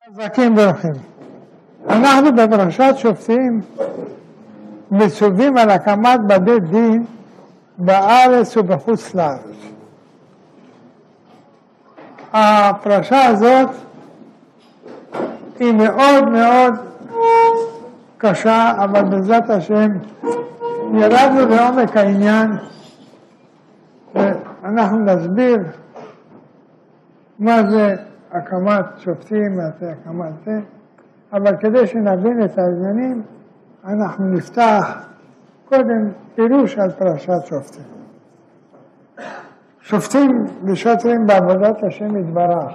חזקים ברוכים. אנחנו בפרשת שופטים מצווים על הקמת בתי דין בארץ ובחוץ לארץ. הפרשה הזאת היא מאוד מאוד קשה, אבל בעזרת השם ירדנו לעומק העניין ואנחנו נסביר מה זה הקמת שופטים, מה זה הקמת זה, אבל כדי שנבין את העניינים אנחנו נפתח קודם פירוש על פרשת שופטים. שופטים ושוטרים בעבודת השם יתברך.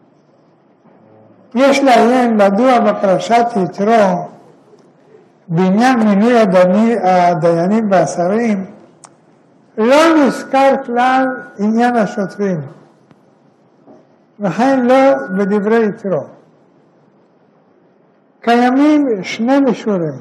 יש לעיין מדוע בפרשת יתרו בעניין מינוי הדיינים והשרים לא נזכר כלל עניין השוטרים, וכן לא בדברי יתרו. קיימים שני מישורים,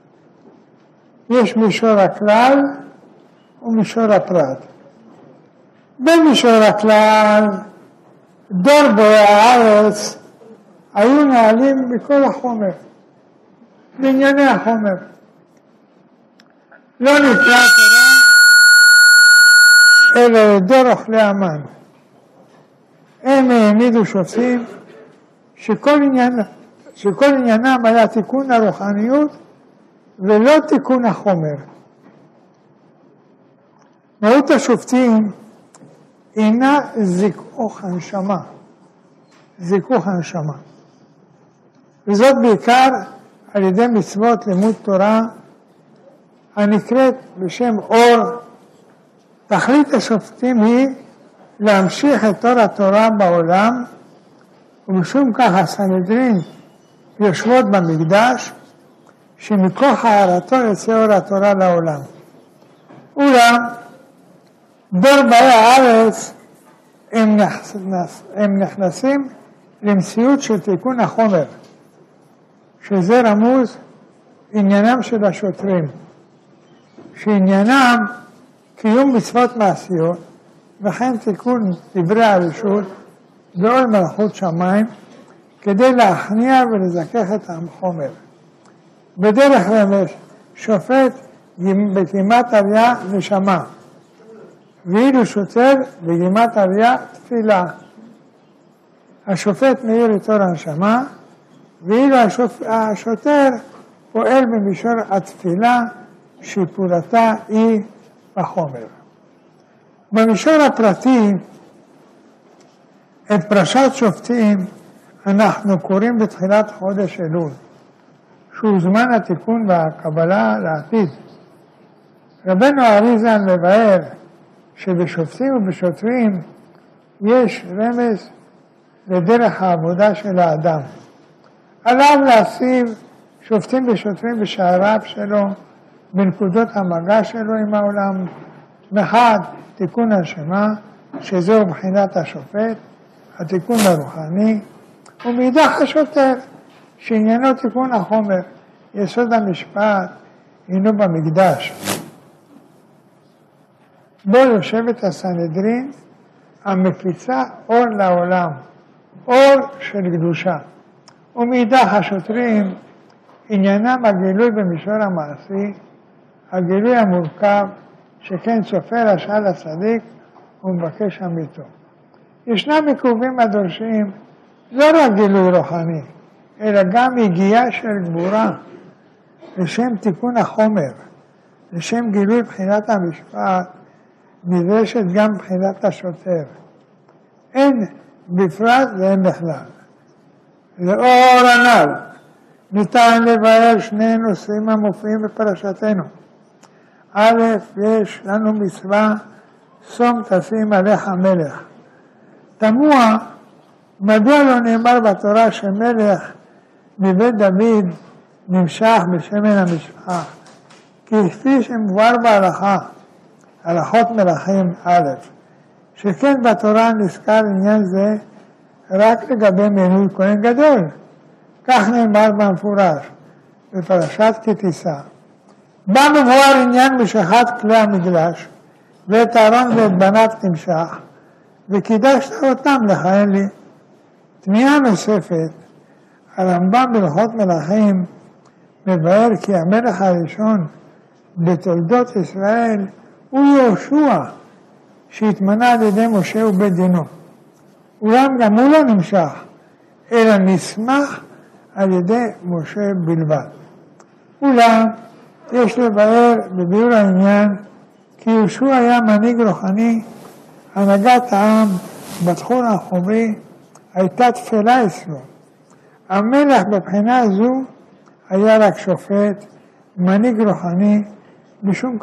יש מישור הכלל ומישור הפרט. במישור הכלל דור בואי הארץ היו נעלים מכל החומר, בענייני החומר. לא נקרא תורה אלא דור אוכלי המן. הם העמידו שופטים שכל עניינם היה תיקון הרוחניות ולא תיקון החומר. מהות השופטים אינה זיכוך הנשמה, זיכוך הנשמה. וזאת בעיקר על ידי מצוות לימוד תורה הנקראת בשם אור. תכלית השופטים היא להמשיך את אור התורה בעולם, ומשום כך הסנהדרין יושבות במקדש, שמכוח הארתו יוצא אור התורה לעולם. אולם דור באי הארץ הם נכנסים למציאות של תיקון החומר, שזה רמוז עניינם של השוטרים, שעניינם קיום מצוות מעשיות, וכן תיקון דברי הרשות ועול מלכות שמיים, כדי להכניע ולזכך את החומר. בדרך רמז שופט בגימת אריה נשמה, ואילו שוטר בגימת אריה תפילה. השופט מאיר את אור הנשמה, ואילו השוטר פועל במישור התפילה שפעולתה היא בחומר. במישור הפרטי את פרשת שופטים אנחנו קוראים בתחילת חודש אלול, שהוא זמן התיקון והקבלה לעתיד. רבנו אריזן מבאר שבשופטים ובשוטרים יש רמז לדרך העבודה של האדם. עליו להציב שופטים ושוטרים בשעריו שלו, בנקודות המגע שלו עם העולם. מחד תיקון הנשמה, שזהו בחינת השופט, התיקון הרוחני, ומאידך השוטר, שעניינו תיקון החומר, יסוד המשפט, הינו במקדש. בו יושבת הסנהדרין המפיצה אור לעולם, אור של קדושה. ומאידך השוטרים, עניינם הגילוי במישור המעשי, הגילוי המורכב, שכן סופר השאל הצדיק ומבקש אמיתו. ישנם עיכובים הדורשים לא רק גילוי רוחני, אלא גם הגיעה של גבורה לשם תיקון החומר, לשם גילוי בחינת המשפט, נדרשת גם בחינת השוטר. אין בפרט ואין בכלל. לאור הנ"ל ניתן לבאר שני נושאים המופיעים בפרשתנו. א', יש לנו מצווה, שום תשים עליך מלך. תמוה, מדוע לא נאמר בתורה שמלך מבית דוד נמשך בשמן המשפחה? כי כפי שמובהר בהלכה, הלכות מלכים א', שכן בתורה נזכר עניין זה רק לגבי מינוי כהן גדול. כך נאמר במפורש בפרשת כי תישא. בה מבואר עניין משיכת כלי המקדש, ואת אהרון ואת בניו תמשך, וקידשת אותם לכהן לי. תמיהה נוספת, הרמב"ם בהלכות מלכים מבאר כי המלך הראשון בתולדות ישראל הוא יהושע, שהתמנה על ידי משה ובית דינו. אולם גם הוא לא נמשך, אלא נסמך על ידי משה בלבד. אולם יש לבאר בביאור העניין כי יהושע היה מנהיג רוחני, הנהגת העם בתחום החומרי הייתה תפלה אצלו. המלך בבחינה זו היה רק שופט, מנהיג רוחני, משום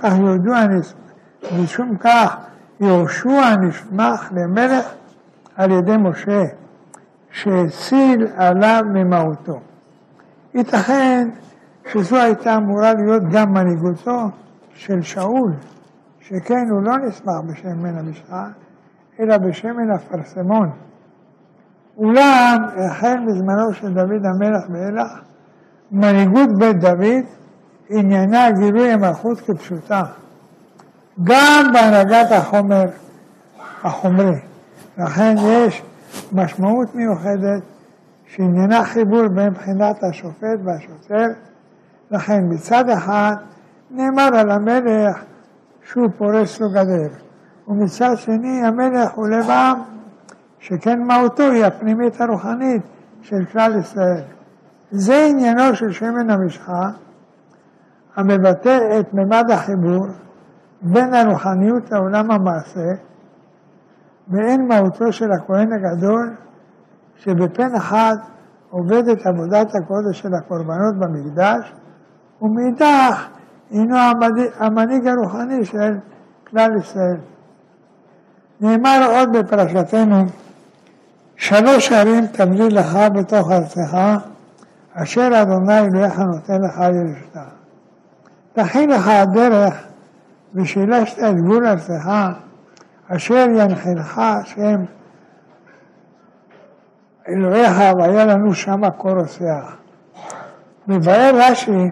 כך יהושע נסמך למלך על ידי משה, שהציל עליו ממהותו. ייתכן שזו הייתה אמורה להיות גם מנהיגותו של שאול, שכן הוא לא נסמך בשמן המשחה, אלא בשמן אפרסמון. אולם החל מזמנו של דוד המלך ואילך, מנהיגות בית דוד עניינה גילוי המלכות כפשוטה, גם בהנהגת החומרי. לכן יש משמעות מיוחדת שעניינה חיבור בין בחינת השופט והשוטר. לכן מצד אחד נאמר על המלך שהוא פורס לו גדר, ומצד שני המלך הוא לב העם, שכן מהותו היא הפנימית הרוחנית של כלל ישראל. זה עניינו של שמן המשחה, המבטא את ממד החיבור בין הרוחניות לעולם המעשה, ואין מהותו של הכהן הגדול, שבפן אחד עובד את עבודת הקודש של הקורבנות במקדש, ומאידך הינו המנהיג הרוחני של כלל ישראל. נאמר עוד בפרשתנו, 3 ערים תביא לך בתוך ארצך, אשר אדוני אלוהיך נותן לך ירשתה. תכין לך הדרך ושילשת את גבול ארצך, אשר ינחילך השם אלוהיך, והיה לנו שמה קור ושיח. מבאר רש"י,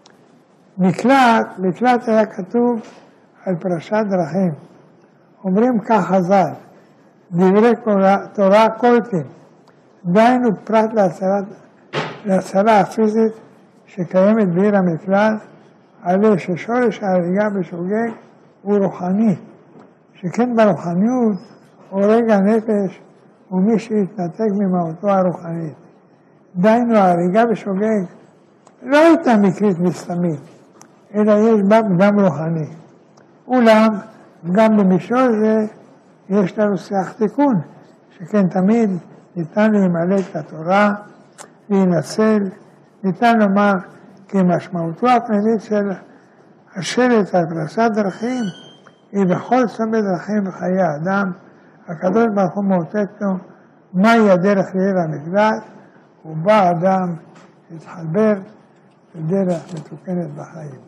מקלט היה כתוב על פרשת דרכים. אומרים כך חז"ל, דברי תורה קולטים, דהיינו פרט להצלה הפיזית שקיימת בעיר המקלט, עלי ששורש ההריגה בשוגג הוא רוחני, שכן ברוחניות הורג הנפש ומי שהתנתק ממהותו הרוחנית. דהיינו ההריגה בשוגג לא הייתה מקרית מסתמית, אלא יש בה גם רוחני. אולם גם במישור זה יש לנו שיח תיקון, שכן תמיד ניתן להימלא את התורה, להינצל, ניתן לומר כי משמעותו הפנימית של השלט על פרשת דרכים היא בכל צומת דרכים בחיי האדם. הקדוש ברוך הוא מאותת לו מהי הדרך לעיר המקדש, ובא האדם להתחבר לדרך מתוקנת בחיים.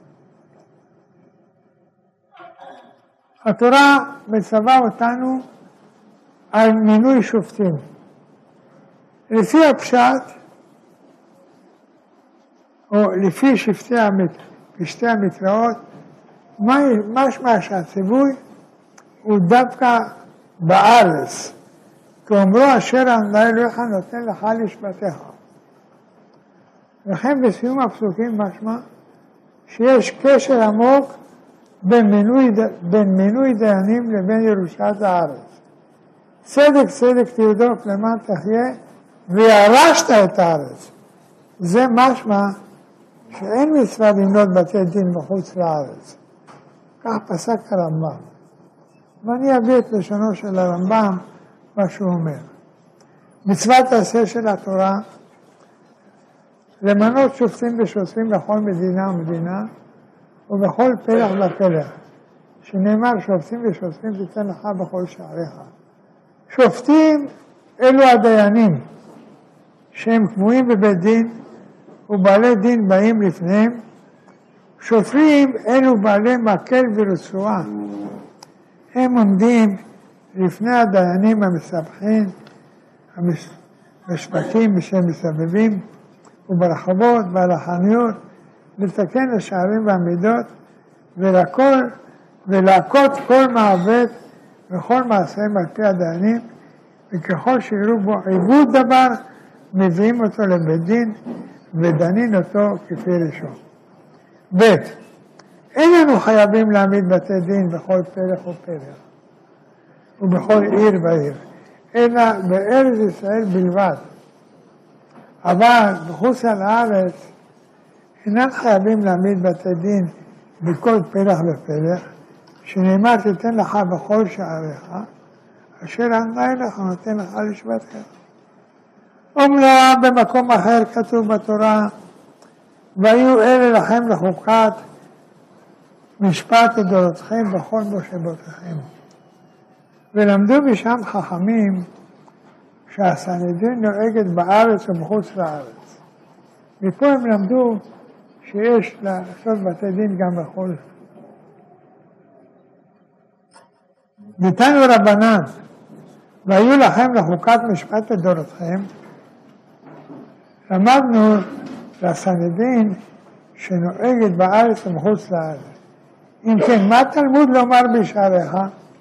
התורה מצווה אותנו על מינוי שופטים. לפי הפשט, או לפי פשטי המקראות, משמע שהציווי הוא דווקא בארץ. כי אומרו אשר אדוני אלוהיך נותן לך לשבתך. וכן בסיום הפסוקים משמע שיש קשר עמוק בין מינוי דיינים לבין ירושת הארץ. צדק צדק תרדוף למען תחיה וירשת את הארץ. זה משמע שאין מצווה לבנות בתי דין מחוץ לארץ. כך פסק הרמב"ם. ואני אביא את לשונו של הרמב"ם מה שהוא אומר. מצוות העשה של התורה למנות שופטים ושוטרים בכל מדינה ומדינה ובכל פלח ופלח, שנאמר שופטים ושוטרים תיתן לך בכל שעריך. שופטים אלו הדיינים שהם קבועים בבית דין ובעלי דין באים לפניהם. שוטרים אלו בעלי מקל ורצועה, הם עומדים לפני הדיינים המסבכים המשפטים שהם מסבבים וברחובות ועל החנויות לתקן השערים והמידות ולהכות כל מעוות וכל מעשיהם על פי הדיינים, וככל שיראו בו עיוות דבר מביאים אותו לבית דין ודנין אותו כפי ראשון. ב' אין לנו חייבים להעמיד בתי דין בכל פלח ופלח ובכל עיר ועיר, אלא בארץ ישראל בלבד. אבל בחוץ על הארץ אינם חייבים להעמיד בתי דין בכל פלח ופלח, שנאמר תיתן לך בכל שעריך, אשר אמרה לך נותן לך לשבתך. אומנם במקום אחר כתוב בתורה, והיו אלה לכם לחוקת משפט לדורותכם בכל מושבותיכם. ולמדו משם חכמים שהסנהדרין נוהגת בארץ ובחוץ לארץ. מפה הם למדו שיש לעשות בתי דין גם בחו"ל. ניתנו רבנן, והיו לכם לחוקת משפט לדורותכם. למדנו לסנהדרין שנוהגת בארץ ובחוץ לארץ. אם כן, מה תלמוד לומר בשעריך?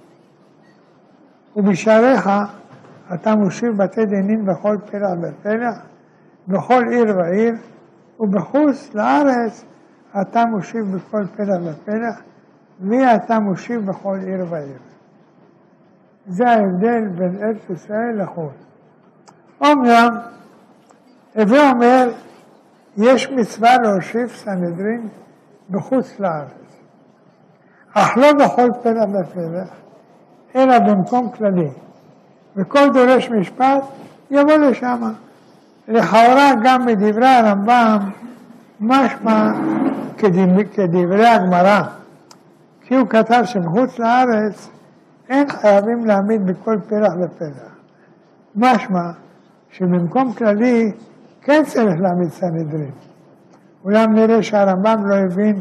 ובשעריך אתה מושיב בתי דינין בכל פלח ופלח, בכל עיר ועיר, ובחוץ לארץ אתה מושיב בכל פלח ופלח, ואתה מושיב בכל עיר ועיר. זה ההבדל בין ארץ ישראל לחו"ל. אומנם, הווה אומר, יש מצווה להושיב סנהדרין בחוץ לארץ, אך לא בכל פלח ופלח, אלא במקום כללי, וכל דורש משפט יבוא לשם. לכאורה גם מדברי הרמב"ם משמע כדברי הגמרא, כי הוא כתב שבחוץ לארץ אין חייבים להעמיד בכל פלח ופלח. משמע שבמקום כללי כן צריך להעמיד סנהדרין. אולם נראה שהרמב"ם לא הבין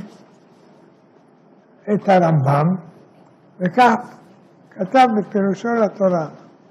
את הרמב"ם, וכך כתב בפירושו לתורה.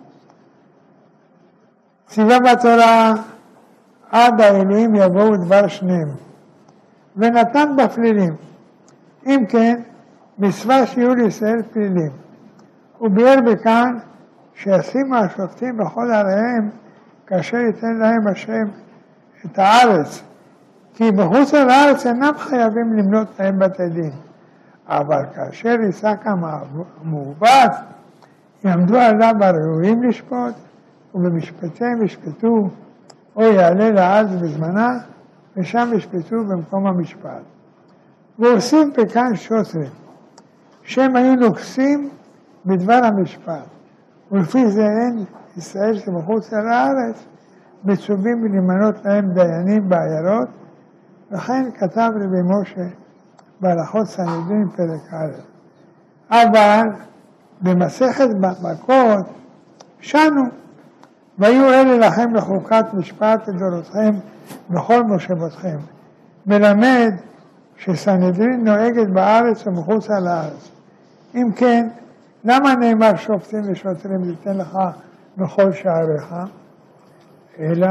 ציווה בתורה עד האלוהים יבואו דבר שניהם, ונתן בפלילים. אם כן, מצווה שיהיו לישראל פלילים. הוא ביאר בכאן שישימו השופטים בכל עריהם כאשר ייתן להם השם את הארץ, כי בחוץ על הארץ אינם חייבים למנות להם בתי דין. אבל כאשר יסק המעובד, יעמדו עליו הראויים לשפוט, ובמשפטיהם ישפטו, או יעלה לארץ בזמנה, ושם ישפטו במקום המשפט. והוסיף בכאן שוטרים, שהם היו נוקסים בדבר המשפט, ולפי זה אין ישראל שבחוץ על הארץ מצווים למנות להם דיינים בעיירות, וכן כתב רבי משה בהלכות סנהדרין פרק א'. אבל במסכת מכות שנו, והיו אלה לכם לחוקת משפט לדורותכם בכל מושבותכם. מלמד שסנהדרין נוהגת בארץ ומחוץ על הארץ. אם כן, למה נאמר שופטים ושוטרים ניתן לך בכל שעריך? אלא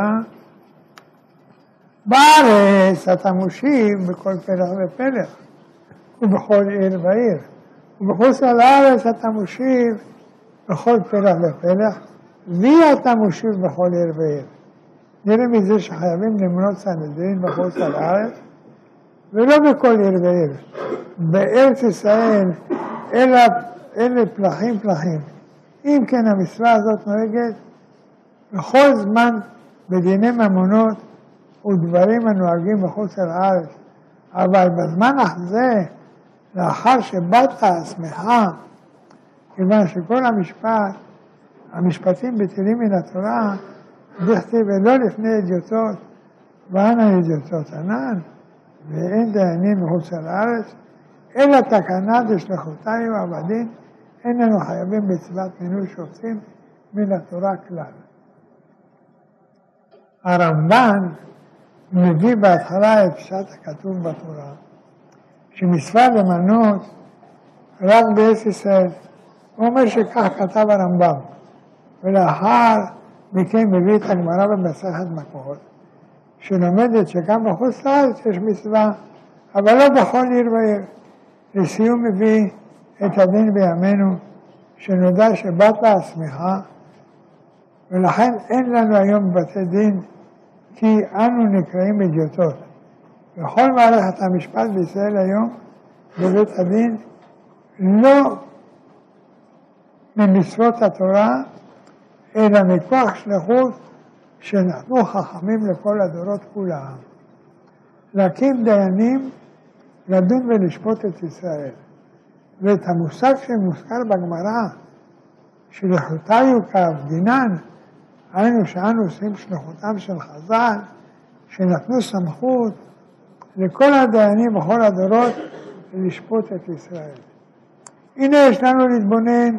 בארץ אתה מושיב בכל פלח ופלח, ובכל עיר ועיר. ובחוץ על הארץ אתה מושיב בכל פלח ופלח, ואתה מושיב בכל עיר ועיר. נראה מזה שחייבים למנות סנהדרין בחוץ על הארץ, ולא בכל עיר ועיר. בארץ ישראל אלה פלחים פלחים. אם כן המצווה הזאת נוהגת בכל זמן בדיני ממונות ודברים הנוהגים בחוץ על הארץ. אבל בזמן הזה, לאחר שבאת השמחה, כיוון שכל המשפטים בטלים מן התורה, דכתיב ולא לפני אדיוטות, ואנה אדיוטות ענן, ואין דיינים מחוץ על הארץ, אלא תקנה דשלחותיו עבדין, אין לנו חייבים בצוות מינוי שופטים מן התורה כלל. הרמב"ן מביא בהתחלה את פשט הכתוב בתורה, שמצווה למנות רק בארץ ישראל. הוא אומר שכך כתב הרמב"ם, ולאחר מכן מביא את הגמרא במסכת מכות, שלומדת שגם בחוץ לארץ יש מצווה, אבל לא בכל עיר ועיר. לסיום מביא את הדין בימינו, שנודע שבת לה השמחה, ולכן אין לנו היום בתי דין כי אנו נקראים אידיוטות. בכל מערכת המשפט בישראל היום, בבית הדין, לא ממצוות התורה, אלא מכוח שליחות שנתנו חכמים לכל הדורות כולם. להקים דיינים, לדון ולשפוט את ישראל. ואת המושג שמוזכר בגמרא, שליחותיו כעבדינן, היינו שאנו עושים שליחותם של חז"ל, שנתנו סמכות לכל הדיינים בכל הדורות לשפוט את ישראל. הנה יש לנו להתבונן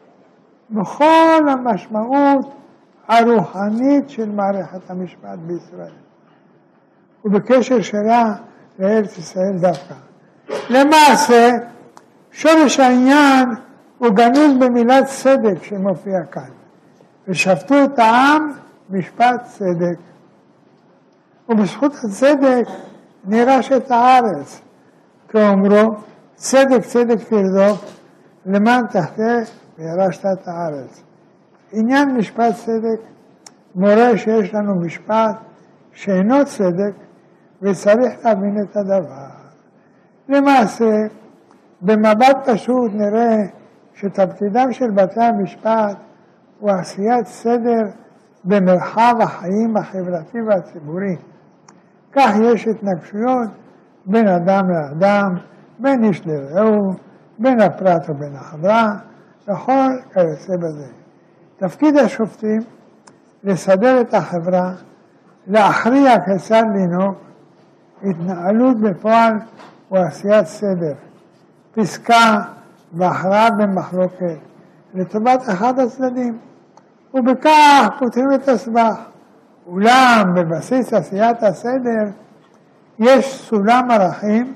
בכל המשמעות הרוחנית של מערכת המשפט בישראל, ובקשר שלה לארץ ישראל דווקא. למעשה, שורש העניין הוא גנוז במילת צדק שמופיע כאן. ושפטו את העם משפט צדק. ובזכות הצדק נירש את הארץ. כאומרו, צדק צדק תרדוף, למען תחתה וירשת את הארץ. עניין משפט צדק מורה שיש לנו משפט שאינו צדק, וצריך להבין את הדבר. למעשה, במבט פשוט נראה שתפקידם של בתי המשפט הוא עשיית סדר במרחב החיים החברתי והציבורי. כך יש התנגשויות בין אדם לאדם, בין איש לרעהו, בין הפרט ובין החברה, וכל כיוצא בזה. תפקיד השופטים לסדר את החברה, להכריע כיצד לנהוג, התנהלות בפועל הוא עשיית סדר, פסקה והכרעה במחלוקת לטובת אחד הצדדים, ובכך פותרים את הסבך. אולם בבסיס עשיית הסדר יש סולם ערכים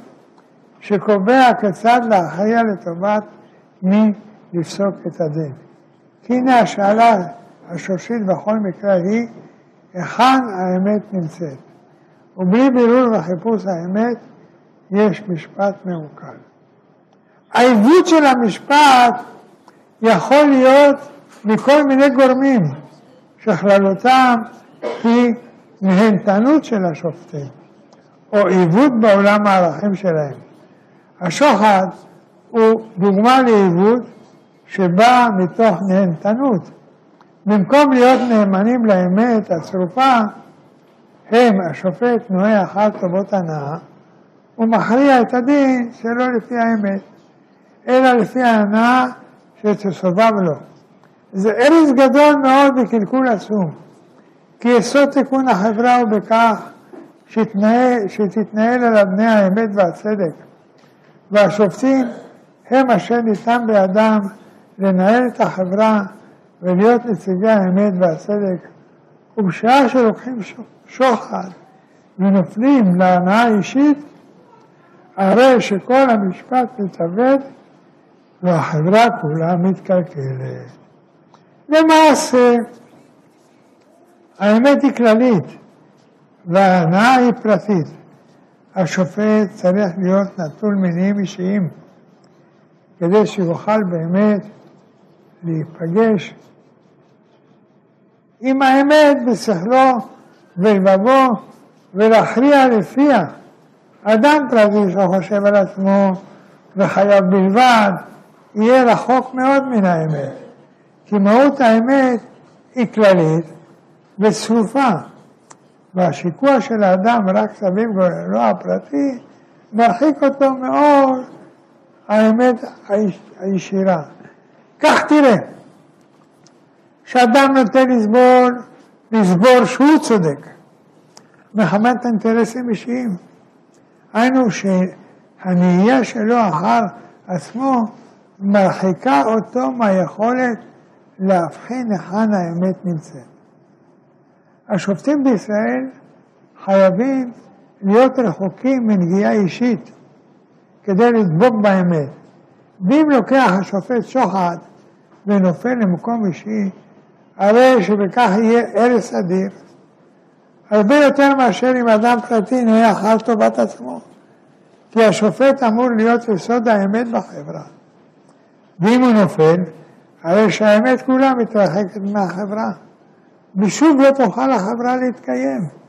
שקובע כיצד להכריע לטובת מי לפסוק את הדין. כי הנה השאלה השורשית בכל מקרה היא, היכן האמת נמצאת? ובלי בירור וחיפוש האמת, יש משפט מעוקל. העיוות של המשפט יכול להיות מכל מיני גורמים, שכללותם היא נהנתנות של השופטים, או עיוות בעולם הערכים שלהם. השוחד הוא דוגמה לעיוות שבא מתוך נהנתנות. במקום להיות נאמנים לאמת הצרופה, הם, השופט, נוהה אחר טובות הנאה, ומכריע את הדין שלא לפי האמת, אלא לפי ההנאה שתסובב לו. זה ארץ גדול מאוד בקלקול עצום, כי יסוד תיקון החברה הוא בכך שתתנהל על אבני האמת והצדק, והשופטים הם אשר ניתן בידם לנהל את החברה ולהיות נציגי האמת והצדק, ובשעה שלוקחים שוחד ונופלים להנאה אישית, הרי שכל המשפט מתאבד והחברה כולה מתקלקלת. למעשה, האמת היא כללית וההנאה היא פרטית. השופט צריך להיות נטול מניעים אישיים כדי שיוכל באמת להיפגש עם האמת בשכלו ולבבו ולהכריע לפיה. אדם פרטי שחושב על עצמו וחייב בלבד יהיה רחוק מאוד מן האמת, כי מהות האמת היא כללית וצרופה, והשיקוע של האדם רק סביב גורלו הפרטי מרחיק אותו מאוד האמת הישירה. כך תראה, שאדם נוטה לסבור שהוא צודק מחמת אינטרסים אישיים. היינו שהנהייה שלו אחר עצמו מרחיקה אותו מהיכולת להבחין היכן האמת נמצאת. השופטים בישראל חייבים להיות רחוקים מנגיעה אישית כדי לדבוק באמת. ואם לוקח השופט שוחד ונופל למקום אישי, הרי שבכך יהיה הרס אדיר, הרבה יותר מאשר אם אדם פרטי נהיה אחר טובת עצמו, כי השופט אמור להיות יסוד האמת בחברה. ואם הוא נופל, הרי שהאמת כולה מתרחקת מהחברה, ושוב לא תוכל החברה להתקיים.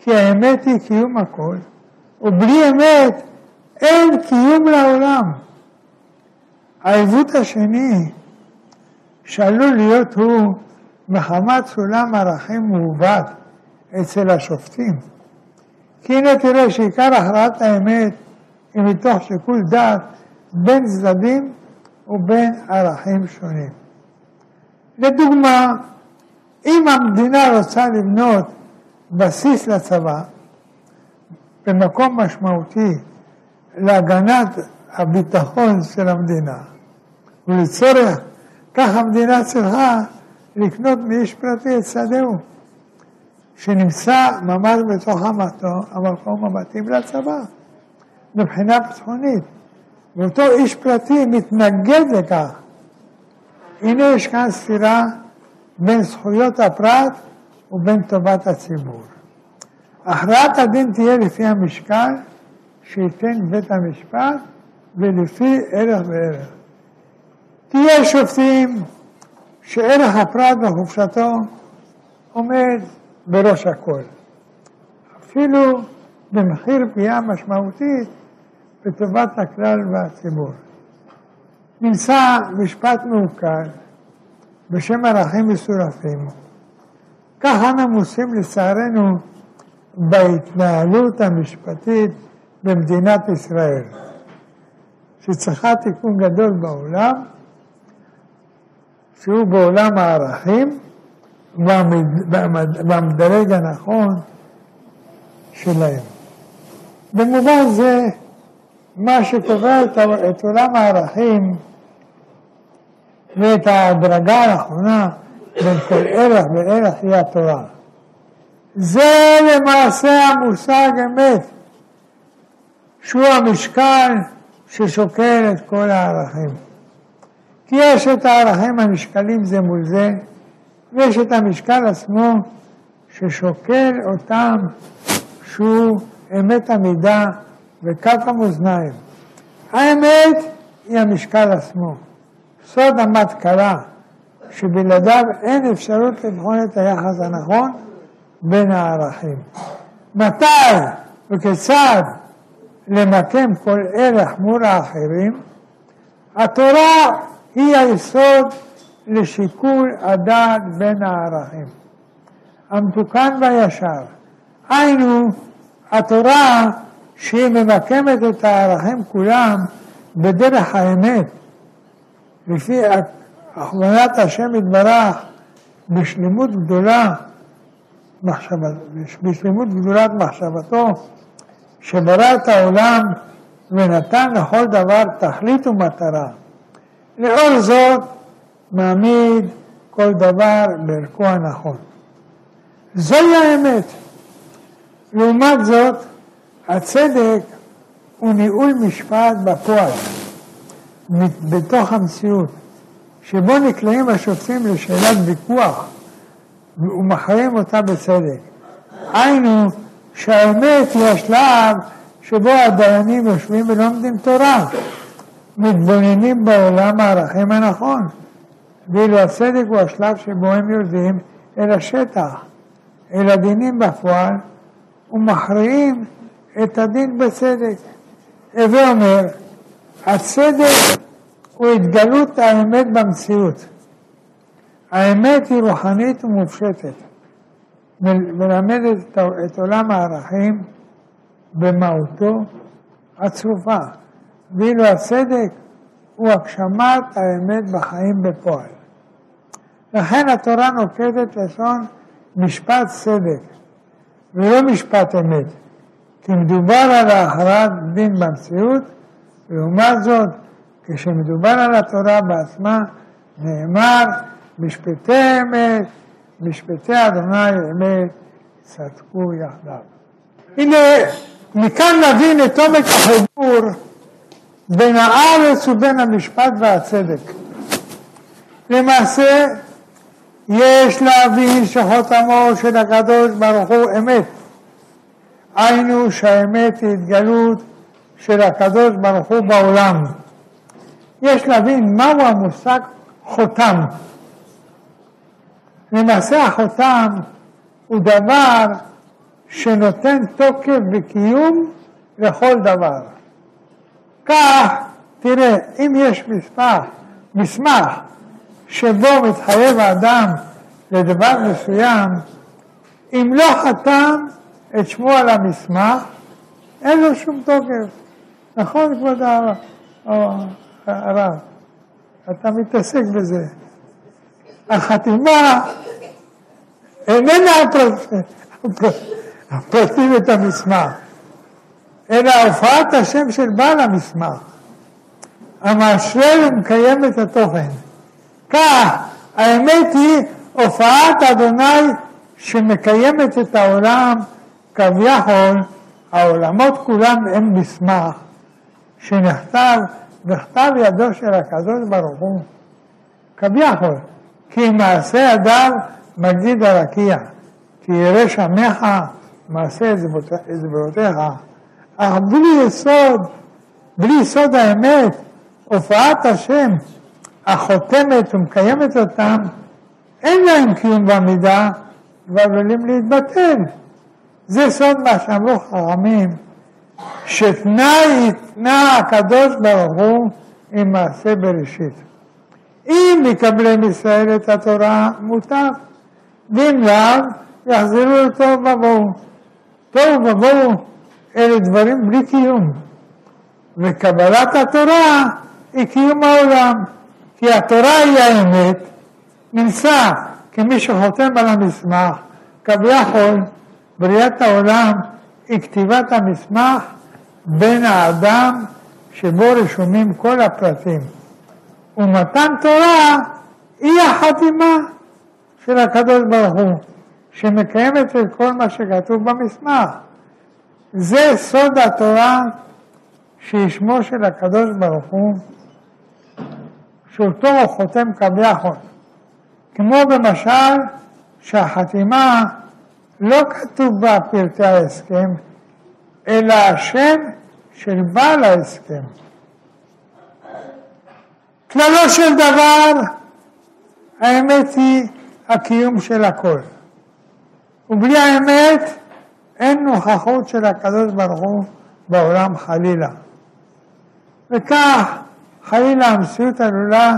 כי האמת היא קיום הכל, ובלי אמת אין קיום לעולם. העיוות השני שעלול להיות הוא מחמת סולם ערכים מעוות אצל השופטים. כי הנה תראה שעיקר הכרעת האמת היא מתוך שיקול דעת בין צדדים ובין ערכים שונים. לדוגמה, אם המדינה רוצה לבנות בסיס לצבא במקום משמעותי להגנת הביטחון של המדינה, ולצורך כך המדינה צריכה לקנות מאיש פרטי את שדהו, שנמצא ממש בתוך המקום המתאים לצבא, מבחינה ביטחונית. ואותו איש פרטי מתנגד לכך. הנה יש כאן סתירה בין זכויות הפרט ובין טובת הציבור. הכרעת הדין תהיה לפי המשקל שייתן בית המשפט ולפי ערך וערך. תהיה שופטים שערך הפרט וחופשתו עומד בראש הכל, אפילו במחיר פגיעה משמעותית בטובת הכלל והציבור. נמצא משפט מעוקל בשם ערכים מסורפים. כך אנו עושים לצערנו בהתנהלות המשפטית במדינת ישראל, שצריכה תיקון גדול בעולם, שהוא בעולם הערכים והמדרג הנכון שלהם. במובן זה, מה שקובע את עולם הערכים ואת ההדרגה האחרונה בין כל ערך וערך היא התורה. זה למעשה המושג אמת, שהוא המשקל ששוקל את כל הערכים. כי יש את הערכים הנשקלים זה מול זה, ויש את המשקל עצמו ששוקל אותם, שהוא אמת המידה וכף המאזניים. האמת היא המשקל עצמו, סוד המטכלה, שבלעדיו אין אפשרות לבחון את היחס הנכון בין הערכים. מתי וכיצד למקם כל ערך מול האחרים? התורה היא היסוד לשיקול הדעת בין הערכים, המתוקן והישר. היינו, התורה שהיא ממקמת את הערכים כולם בדרך האמת, לפי הכוונת השם יתברך בשלמות גדולת מחשבתו, שברא את העולם ונתן לכל דבר תכלית ומטרה. לאור זאת מעמיד כל דבר בערכו הנכון. זוהי האמת. לעומת זאת, הצדק הוא ניהול משפט בפועל, בתוך המציאות, שבו נקלעים השופטים לשאלת ויכוח ומכריעים אותה בצדק. היינו שהאמת היא השלב שבו הדיינים יושבים ולומדים תורה, מתבוננים בעולם הערכים הנכון, ואילו הצדק הוא השלב שבו הם יורדים אל השטח, אל הדינים בפועל, ומכריעים את הדין בצדק. הווה אומר, הצדק הוא התגלות האמת במציאות. האמת היא רוחנית ומופשטת, מלמדת את עולם הערכים במהותו הצרופה, ואילו הצדק הוא הגשמת האמת בחיים בפועל. לכן התורה נוקטת לשון משפט צדק, ולא משפט אמת, כי מדובר על הכרעת דין במציאות, ולעומת זאת, כשמדובר על התורה בעצמה, נאמר, משפטי אמת, משפטי אדוני אמת, צדקו יחדיו. הנה, מכאן נבין את עומק החיבור בין הארץ ובין המשפט והצדק. למעשה, יש להבין שחותמו של הקדוש ברוך הוא אמת. היינו שהאמת היא התגלות של הקדוש ברוך הוא בעולם. יש להבין מהו המושג חותם. למעשה החותם הוא דבר שנותן תוקף וקיום לכל דבר. כך, תראה, אם יש מסמך שבו מתחייב האדם לדבר מסוים, אם לא חתם את שמו על המסמך, אין לו שום תוקף. נכון, כבוד הרב? אתה מתעסק בזה. החתימה איננה הפרטים את המסמך, אלא הופעת השם של בעל המסמך, המאשרר ומקיים את התוכן. כך, האמת היא הופעת אדוני שמקיימת את העולם, כביכול, העולמות כולם הם מסמך, שנכתב בכתב ידו של הקדוש ברוך הוא, כביכול, כי מעשה ידיו מגיד הרקיע, כי ירא שמך מעשה אצבעותיך, אך בלי יסוד האמת, הופעת השם, החותמת ומקיימת אותם, אין להם קיום במידה, ועלולים להתבטל. זה סוד מה שאמרו חכמים, שתנאי התנה הקדוש ברוך הוא עם מעשה בראשית. אם מקבלים ישראל את התורה, מותר, ואם לאו, יחזרו לתוהו ובוהו. תוהו ובוהו אלה דברים בלי קיום. וקבלת התורה היא קיום העולם. כי התורה היא האמת, נמצא כמי שחותם על המסמך, כביכול בריאת העולם היא כתיבת המסמך בין האדם שבו רשומים כל הפרטים. ומתן תורה היא החתימה של הקדוש ברוך הוא, שמקיימת את כל מה שכתוב במסמך. זה סוד התורה שישמו של הקדוש ברוך הוא, שאותו הוא חותם כביכול. כמו במשל שהחתימה לא כתוב בה פרטי ההסכם, אלא השם של בעל ההסכם. כללו של דבר, האמת היא הקיום של הכל. ובלי האמת אין נוכחות של הקדוש ברוך הוא בעולם חלילה. וכך חלילה המציאות עלולה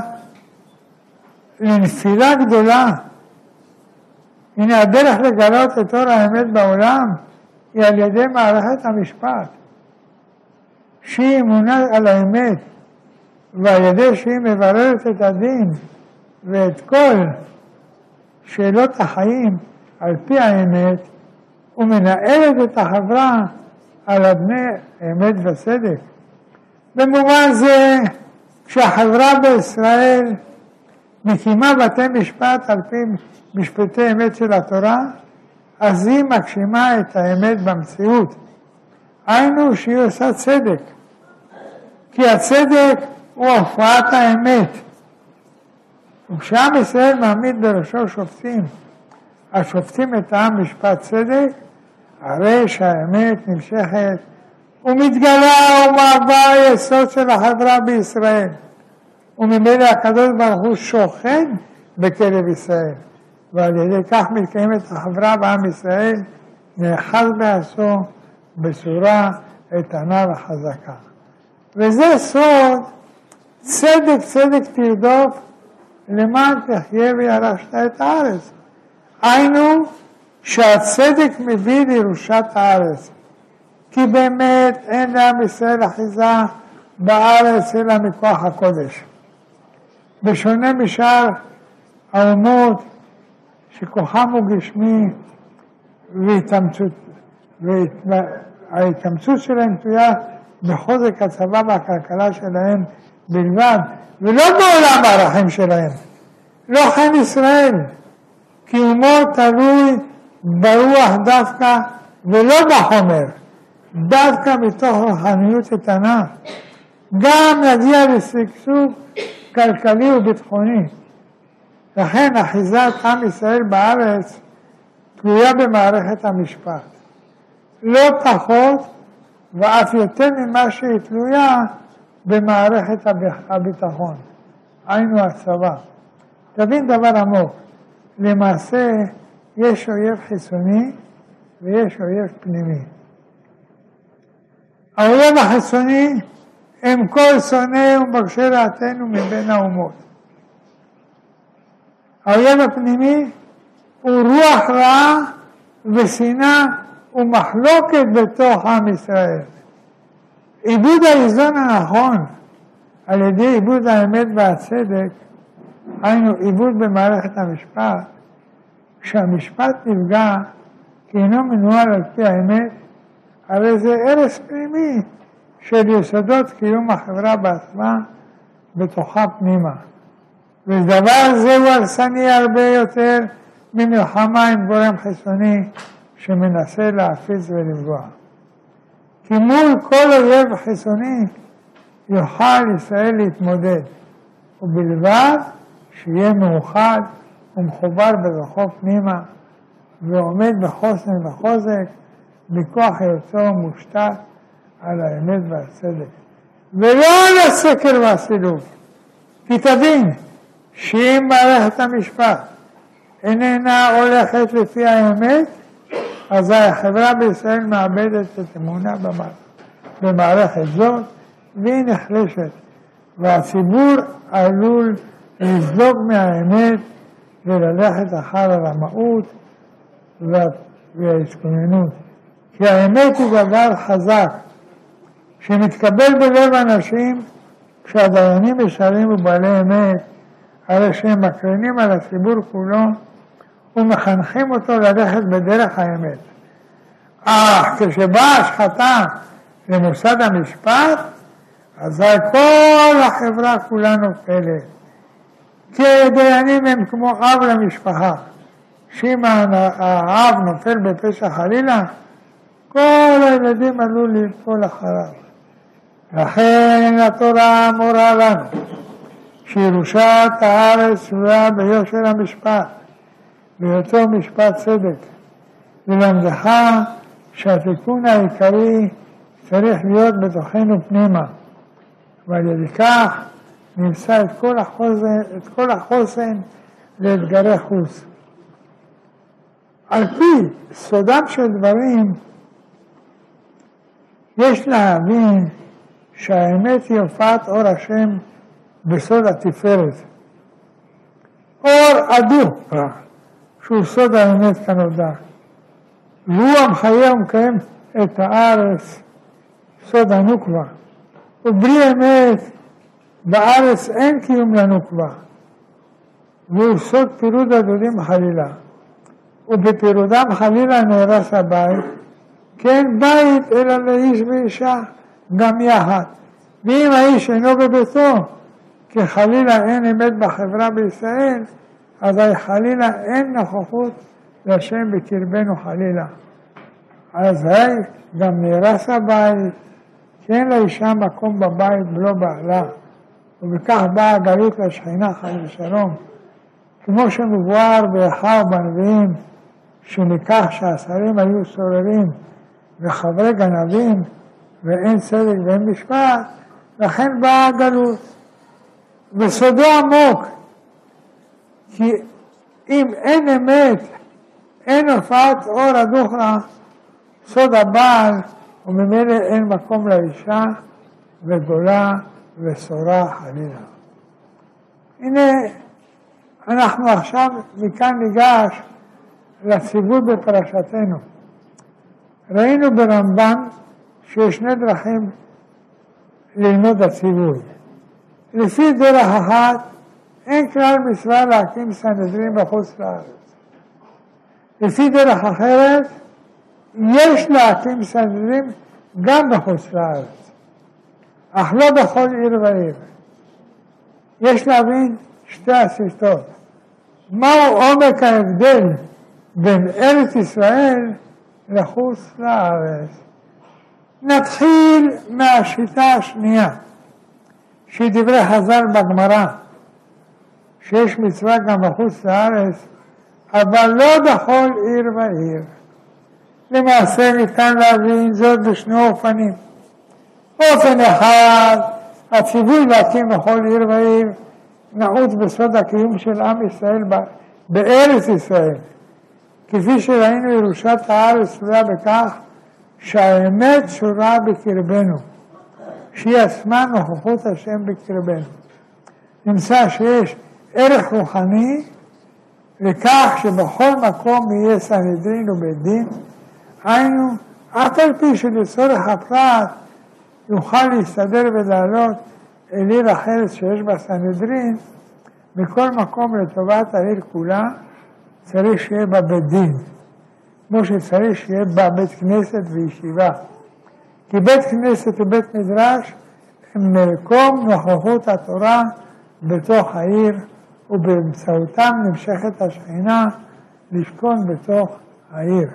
לנפילה גדולה. הנה הדרך לגלות את אור האמת בעולם היא על ידי מערכת המשפט, שהיא אמונה על האמת, ועל ידי שהיא מבררת את הדין ואת כל שאלות החיים על פי האמת, ומנהלת את החברה על אדני אמת וצדק. במובן זה, כשהחברה בישראל מקימה בתי משפט על פי משפטי אמת של התורה, אז היא מגשימה את האמת במציאות. היינו שהיא עושה צדק, כי הצדק הוא הופעת האמת. וכשעם ישראל מעמיד בראשו שופטים, השופטים את העם משפט צדק, הרי שהאמת נמשכת ומתגלה ומהווה היסוד של החברה בישראל. וממילא הקדוש ברוך הוא שוכן בקרב ישראל, ועל ידי כך מתקיימת החברה בעם ישראל, נאחז בעשו בצורה איתנה וחזקה. וזה סוד צדק צדק תרדוף למען תחיה וירשת את הארץ. היינו שהצדק מביא לירושת הארץ, כי באמת אין לעם ישראל אחיזה בארץ אלא מכוח הקודש. בשונה משאר האומות שכוחם הוא גשמי וההתאמצות שלהם תלויה בחוזק הצבא והכלכלה שלהם בלבד, ולא בעולם הערכים שלהם. לא כן ישראל, קיומו תלוי ברוח דווקא ולא בחומר, דווקא מתוך רוחניות איתנה. גם נגיע לשגשוג כלכלי וביטחוני. לכן אחיזת עם ישראל בארץ תלויה במערכת המשפט. לא פחות ואף יותר ממה שהיא תלויה במערכת הביטחון, היינו הצבא. תבין דבר עמוק, למעשה יש אויב חיצוני ויש אויב פנימי. האויב החיצוני הם כל שונא ומבקשי רעתנו מבין האומות. האויב הפנימי הוא רוח רעה ושנאה ומחלוקת בתוך עם ישראל. עיבוד האיזון הנכון על ידי עיבוד האמת והצדק, היינו עיבוד במערכת המשפט, כשהמשפט נפגע כי אינו מנוהל על פי האמת, הרי זה הרס פנימי של יסודות קיום החברה בעצמה בתוכה פנימה. ודבר זה הוא הרסני הרבה יותר ממלחמה עם גורם חיצוני שמנסה להפיץ ולפגוע. כי מול כל אויב חיצוני יוכל ישראל להתמודד, ובלבד שיהיה מאוחד ומחובר בתוכו פנימה, ועומד בחוסן וחוזק, בכוח היוצא מושתת על האמת והצדק. ולא על הסקר והסילוף. כי תבין שאם מערכת המשפט איננה הולכת לפי האמת, אז החברה בישראל מאבדת את אמונה במערכת זאת, והיא נחלשת, והציבור עלול לזלוג מהאמת וללכת אחר הרמאות וההתכוננות. כי האמת היא דבר חזק, שמתקבל בלב אנשים כשהדיינים ישרים ובעלי אמת, הרי שהם מקרינים על הציבור כולו ומחנכים אותו ללכת בדרך האמת. אך כשבאה השחתה למוסד המשפט, אז כל החברה כולה נופלת. כי הדיינים הם כמו אב למשפחה, שאם האב נופל בפשע חלילה, כל הילדים עלו ליפול אחריו. לכן התורה מורה לנו שירושת הארץ שרויה ביושר המשפט, בהיותו משפט צדק. ללמדך שהתיקון העיקרי צריך להיות בתוכנו פנימה, ועל ידי כך נמצא את כל החוסן לאתגרי חוץ. על פי סודם של דברים, יש להבין שהאמת היא הופעת אור השם בסוד התפארת. אור אדיר, שהוא סוד האמת כנודע. והוא המחיה ומקיים את הארץ, סוד הנוקבה. ובלי אמת, בארץ אין קיום לנוקבה. והוא סוד פירוד הדודים חלילה. ובפירודם חלילה נהרס הבית, כי אין בית אלא לאיש ואישה גם יחד. ואם האיש אינו בביתו, כי חלילה אין אמת בחברה בישראל, אז חלילה אין נוכחות לשם בקרבנו חלילה. אז גם נהרס הבית, כי אין לאישה מקום בבית ולא בעלה. ובכך באה הגלות לשכינה חי ושלום. כמו שמבואר באיכה ובנביאים, שמכך שהשרים היו סוררים וחברי גנבים ואין צדק ואין משפט, לכן באה הגלות. וסודו עמוק, כי אם אין אמת, אין הופעת אור הדוכרא, סוד הבעל, וממילא אין מקום לאישה וגולה וסורה חלילה. הנה, אנחנו עכשיו מכאן ניגש לציווי בפרשתנו. ראינו ברמב"ם שיש שני דרכים ללמוד הציווי. לפי דרך אחת, אין כלל מצווה להקים סנהדרין בחוץ לארץ. לפי דרך אחרת, יש להקים סנהדרין גם בחוץ לארץ, אך לא בכל עיר ועיר. יש להבין שתי השיטות. מהו עומק ההבדל בין ארץ ישראל לחוץ לארץ? נתחיל מהשיטה השנייה, שהיא דברי חז"ל בגמרא, שיש מצווה גם בחוץ לארץ, אבל לא בכל עיר ועיר. למעשה ניתן להבין זאת בשני אופנים. אופן אחד, הציווי להקים בכל עיר ועיר, נעוץ בסוד הקיום של עם ישראל בארץ ישראל, כפי שראינו, ירושת הארץ תלויה בכך שהאמת שורה בקרבנו, שהיא עצמה נוכחות השם בקרבנו. נמצא שיש ערך רוחני לכך שבכל מקום יהיה סנהדרין ובית דין, היינו, אף על פי שלצורך הפרט יוכל להסתדר ולעלות אל עיר אחרת שיש בה סנהדרין, בכל מקום לטובת העיר כולה צריך שיהיה בה בית דין, כמו שצריך שיהיה בה בית כנסת וישיבה. כי בית כנסת ובית מדרש הם מקום נוכחות התורה בתוך העיר, ובאמצעותם נמשכת השכינה לשכון בתוך העיר.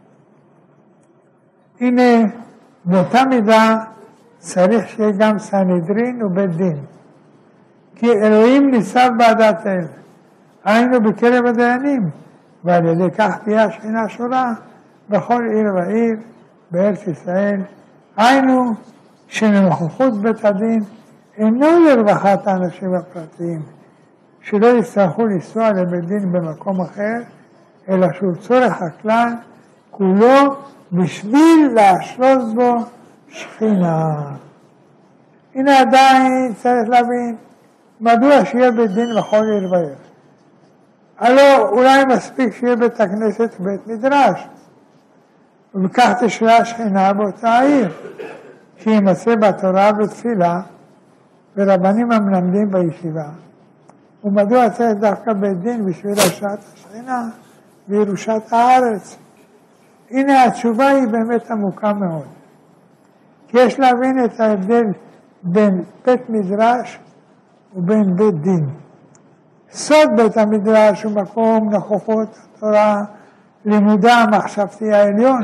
הנה, באותה מידה צריך שיהיה גם סנהדרין ובית דין. כי אלוהים ניצב בעדת אל, היינו בקרב הדיינים, ועל ידי כך תהיה השכינה שורה בכל עיר ועיר בארץ ישראל. היינו שנוכחות בית הדין אינו לרווחת האנשים הפרטיים, שלא יצטרכו לנסוע לבית דין במקום אחר, אלא שהוא צורך הכלל כולו בשביל להשרות בו שכינה. הנה עדיין צריך להבין מדוע שיהיה בית דין בכל עיר ועיר. הלא אולי מספיק שיהיה בית הכנסת ובית מדרש, ובכך תשרה השכינה באותה העיר, כי יימצא בתורה ותפילה ורבנים המלמדים בישיבה. ומדוע צריך דווקא בית דין בשביל השרת השכינה וירושת הארץ? הנה התשובה היא באמת עמוקה מאוד. כי יש להבין את ההבדל בין בית מדרש ובין בית דין. סוד בית המדרש הוא מקום נוכחות התורה, לימודה המחשבתי העליון.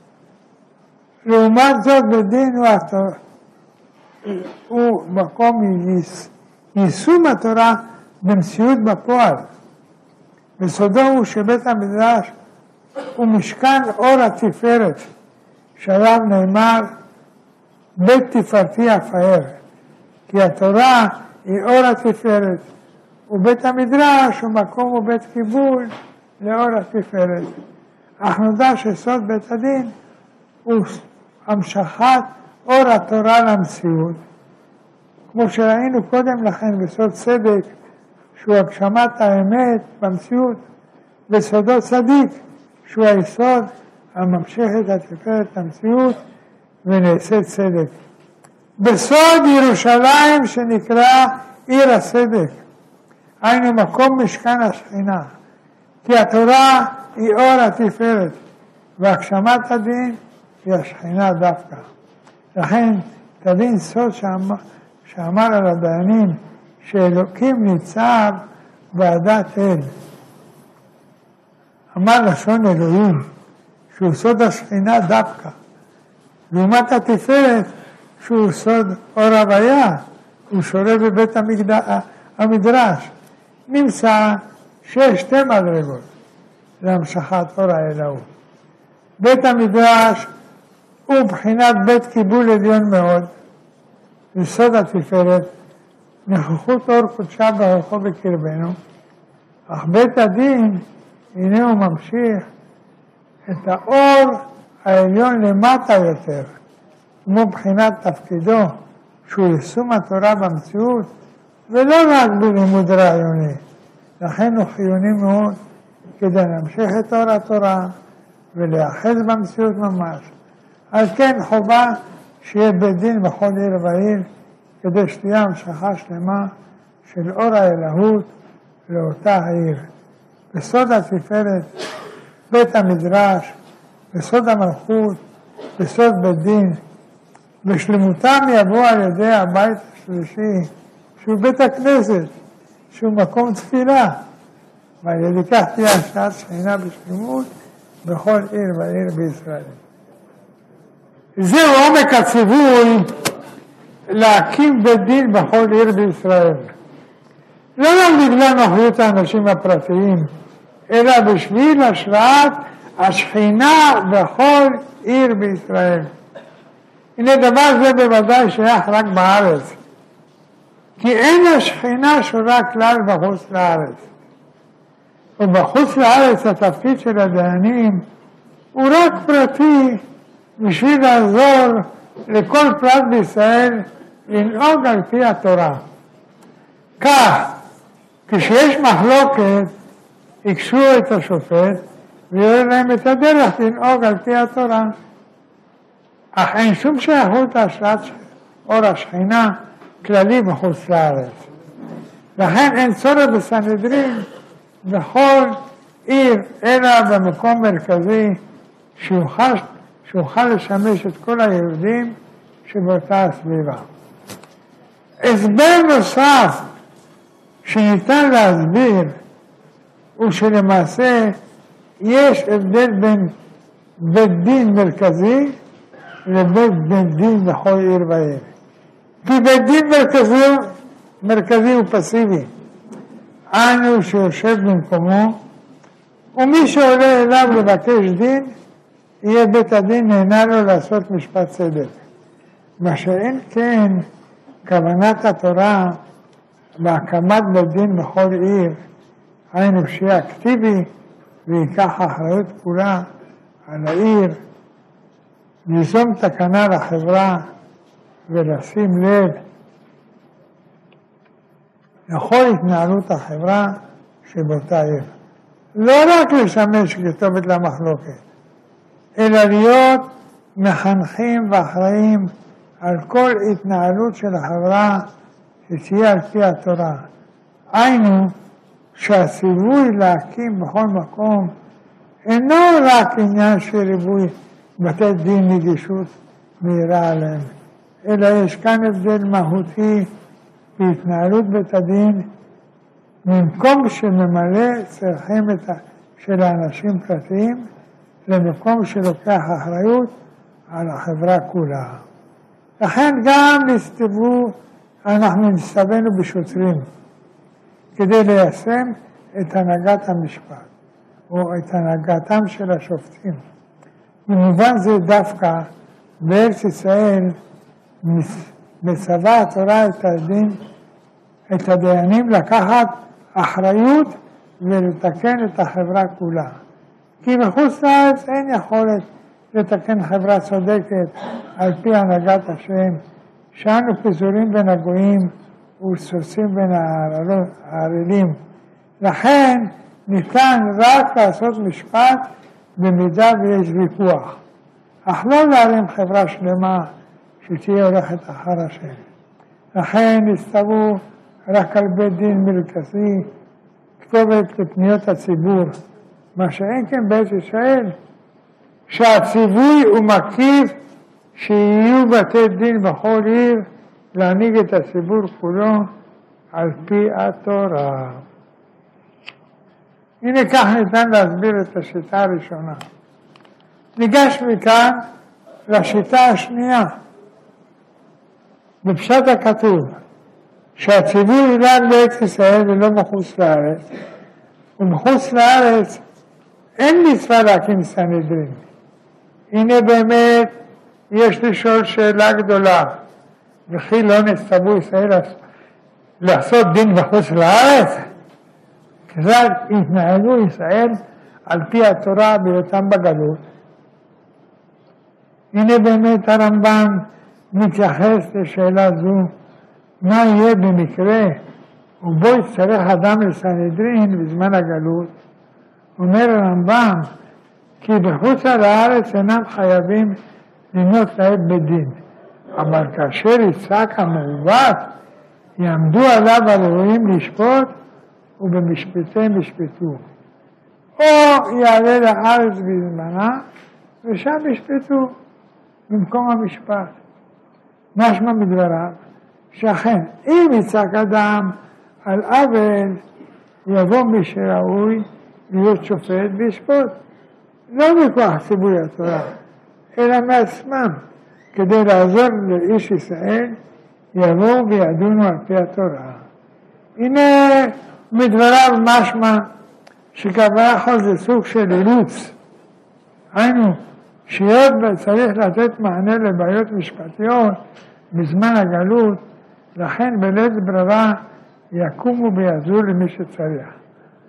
לעומת זאת בית דין הוא מקום יישום התורה במציאות בפועל. בסודו הוא שבית המדרש הוא משכן אור התפארת, שעליו נאמר בית תפארתי אפאר, כי התורה היא אור התפארת, ובית המדרש הוא מקום ובית קיבול לאור התפארת. אך נודע שסוד בית הדין הוא המשכת אור התורה למציאות, כמו שראינו קודם לכן בסוד צדק, שהוא הגשמת האמת במציאות, בסודו צדיק, שהוא היסוד הממשיך את התפארת המציאות ונעשה צדק. בסוד ירושלים שנקרא עיר הצדק, היינו מקום משכן השכינה, כי התורה היא אור התפארת, והגשמת הדין היא השכינה דווקא. לכן תבין סוד שאמר על הדיינים, שאלוקים ניצב בעדת אל. אמר לשון אלוהים, שהוא סוד השכינה דווקא. לעומת התפארת, שהוא סוד אור הוויה, הוא שורה בבית המדרש. נמצא שיש שתי מדרגות להמשכת אור האלוהות. בית המדרש הוא בחינת בית קיבול עליון מאוד, וסוד התפארת, נוכחות אור קודשה ברוחו בקרבנו, אך בית הדין, הנה הוא ממשיך את האור העליון למטה יותר, כמו בחינת תפקידו, שהוא יישום התורה במציאות, ולא רק בלימוד רעיוני. לכן הוא חיוני מאוד כדי להמשיך את אור התורה ולאחז במציאות ממש. על כן חובה שיהיה בית דין בכל עיר ועיר, כדי שתהיה המשכה שלמה של אור האלוהות לאותה העיר. בסוד התפארת, בית המדרש, בסוד המלכות, בסוד בית דין, בשלמותם יבוא על ידי הבית השלישי, שהוא בית הכנסת, שהוא מקום תפילה, ועל ידי כך תהיה השעת שכינה בשלמות בכל עיר ועיר בישראל. זהו עומק הציווי להקים בית דין בכל עיר בישראל. לא רק בגלל נוחיות האנשים הפרטיים, אלא בשביל השראת השכינה בכל עיר בישראל. הנה דבר זה בוודאי שייך רק בארץ, כי אין השכינה שורה כלל בחוץ לארץ. ובחוץ לארץ התפקיד של הדיינים הוא רק פרטי בשביל לעזור לכל פרט בישראל לנהוג על פי התורה. כך, כשיש מחלוקת, יקשו את השופט ויראה להם את הדרך לנהוג על פי התורה. אך אין שום שייכות להשראת אור השכינה כללי בחוץ לארץ. לכן אין צורך בסנהדרין בכל עיר אלא במקום מרכזי שיוכל לשמש את כל היהודים שבאותה הסביבה. הסבר נוסף שניתן להסביר הוא שלמעשה יש הבדל בין בית דין מרכזי לבית דין בכל עיר ועיר. כי בית דין מרכזי הוא פסיבי, אנו שיושב במקומו, ומי שעולה אליו לבקש דין, יהיה בית הדין נהנה לו לעשות משפט צדק. מה שאין כן כוונת התורה בהקמת בית דין בכל עיר, היינו שיהיה אקטיבי ויקח אחריות כולה על העיר, ליזום תקנה לחברה ולשים לב לכל התנהלות החברה שבאותה עיר. לא רק לשמש כתובת למחלוקת, אלא להיות מחנכים ואחראים על כל התנהלות של החברה שתהיה על פי התורה. היינו שהציווי להקים בכל מקום אינו רק עניין של ריבוי בתי דין נגישות מהירה עליהם, אלא יש כאן הבדל מהותי בהתנהלות בית הדין ממקום שממלא צרכים של האנשים פרטיים למקום שלוקח אחריות על החברה כולה. לכן גם אנחנו נסתווינו בשוטרים כדי ליישם את הנהגת המשפט או את הנהגתם של השופטים. במובן זה דווקא בארץ ישראל מצווה התורה את הדיינים לקחת אחריות ולתקן את החברה כולה. כי מחוץ לארץ אין יכולת לתקן חברה צודקת על פי הנהגת השם, שאנו פזורים בין הגויים וסוסים בין הערלים. לכן ניתן רק לעשות משפט במידה ויש ויכוח, אך לא להרים חברה שלמה שתהיה הולכת אחר השם. לכן נסתוו רק על בית דין מרכזי, כתובת לפניות הציבור, מה שאין כן בארץ ישראל, שהציווי הוא מקיף שיהיו בתי דין בכל עיר להנהיג את הציבור כולו על פי התורה. הנה כך ניתן להסביר את השיטה הראשונה. ניגש מכאן לשיטה השנייה. בפשט הכתוב שהציווי ילד בארץ ישראל ולא מחוץ לארץ, ומחוץ לארץ אין מצווה להקים סנהדרין. הנה באמת יש לשאול שאלה גדולה, וכי לא נצטוו ישראל לעשות דין בחוץ לארץ? כיצד התנהגו ישראל על פי התורה בהיותם בגלות? הנה באמת הרמב"ם מתייחס לשאלה זו, מה יהיה במקרה ובו יצטרך אדם לסנהדרין בזמן הגלות. אומר הרמב"ם כי בחוץ לארץ אינם חייבים לנות לעת בית דין, אבל כאשר יצעק המעוות יעמדו עליו הראויים לשפוט ובמשפטיהם ישפטו, או יעלה לארץ בזמנה ושם ישפטו במקום המשפט. משמע מדבריו שאכן אם יצעק אדם על עוול יבוא מי שראוי להיות שופט וישפוט, לא מכוח ציווי התורה אלא מעצמם, כדי לעזור לאיש ישראל יבואו וידונו על פי התורה. הנה מדבריו משמע שכביכול זה סוג של אילוץ, היינו שהיות צריך לתת מענה לבעיות משפטיות בזמן הגלות, לכן בלית ברירה יקומו ויעזרו למי שצריך.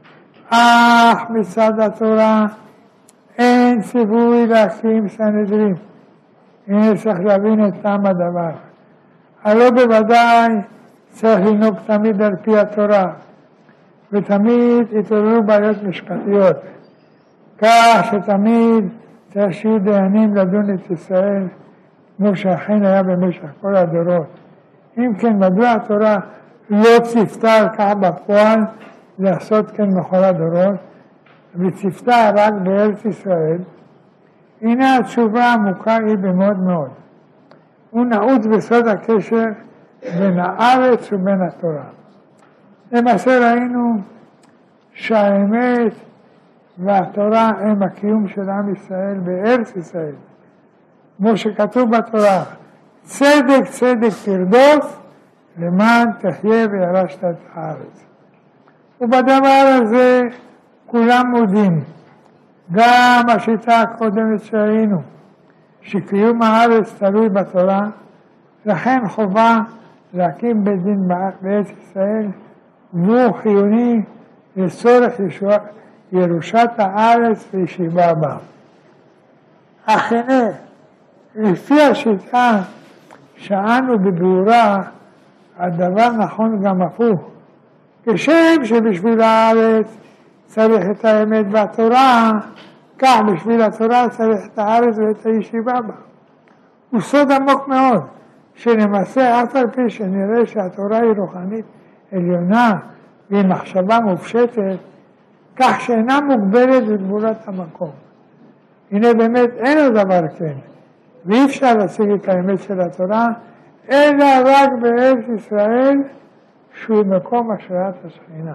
אך מצד התורה אין ציווי להקים סנהדרין. הנה צריך להבין את טעם הדבר. הלא בוודאי צריך לנהוג תמיד על פי התורה, ותמיד יתעוררו בעיות משפטיות, כך שתמיד צריך שיהיו דיינים לדון את ישראל, כמו שאכן היה במשך כל הדורות. אם כן, מדוע התורה לא ציפתה על כך בפועל לעשות כן בכל הדורות, וציפתה רק בארץ ישראל? הנה התשובה העמוקה היא במאוד מאוד. הוא נעוץ בסוד הקשר בין הארץ ובין התורה. למעשה ראינו שהאמת והתורה הם הקיום של עם ישראל בארץ ישראל. כמו שכתוב בתורה, צדק צדק תרדוף למען תחיה וירשת את הארץ. ובדבר הזה כולם מודים. גם השיטה הקודמת שראינו, שקיום הארץ תלוי בתורה, לכן חובה להקים בית דין בארץ ישראל, והוא חיוני לצורך ירושת הארץ וישיבה בה. אך הנה, לפי השיטה שאנו בביאורה, הדבר נכון גם הפוך. כשם שבשביל הארץ צריך את האמת והתורה, כך בשביל התורה צריך את הארץ ואת הישיבה בה. הוא סוד עמוק מאוד, שלמעשה אף על פי שנראה שהתורה היא רוחנית עליונה והיא מחשבה מופשטת, כך שאינה מוגבלת בגבולות המקום. הנה באמת אין עוד דבר כן, ואי אפשר להשיג את האמת של התורה, אלא רק בארץ ישראל, שהוא מקום השראת השכינה.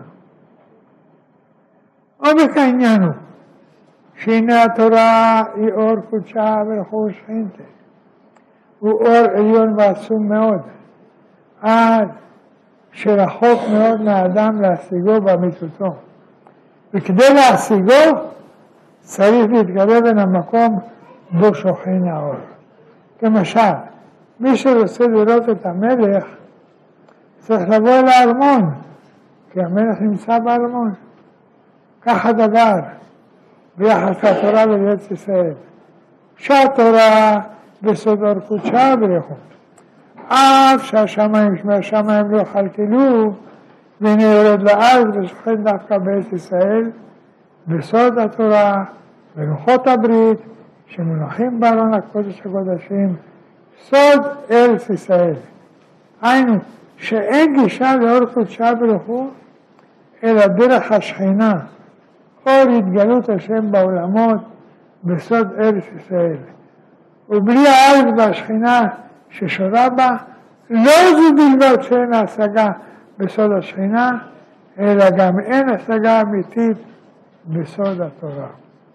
עומק העניין הוא, שהנה התורה היא אור קודשה ורכוש שכינתה. הוא אור עליון ועצום מאוד, עד שרחוק מאוד מהאדם להשיגו באמיתותו. וכדי להשיגו צריך להתגלה בין המקום בו שוכן האור. כמשל, מי שרוצה לראות את המלך צריך לבוא אל הארמון, כי המלך נמצא בארמון. כך הדבר ביחס לתורה ולארץ ישראל. שהתורה בסוד אור קודשה וברכות. אף שהשמיים מהשמיים לא חלקלו, והנה יורד לארץ ושוכן דווקא בארץ ישראל, בסוד התורה ולוחות הברית שמונחים בארון הקודש הקודשים, סוד ארץ ישראל. היינו, שאין גישה לאור קודשה ברכות, אלא דרך השכינה, אור התגלות השם בעולמות בסוד ארץ ישראל. ובלי הארץ והשכינה ששורה בה, לא זו בלבד שאין השגה בסוד השכינה, אלא גם אין השגה אמיתית בסוד התורה.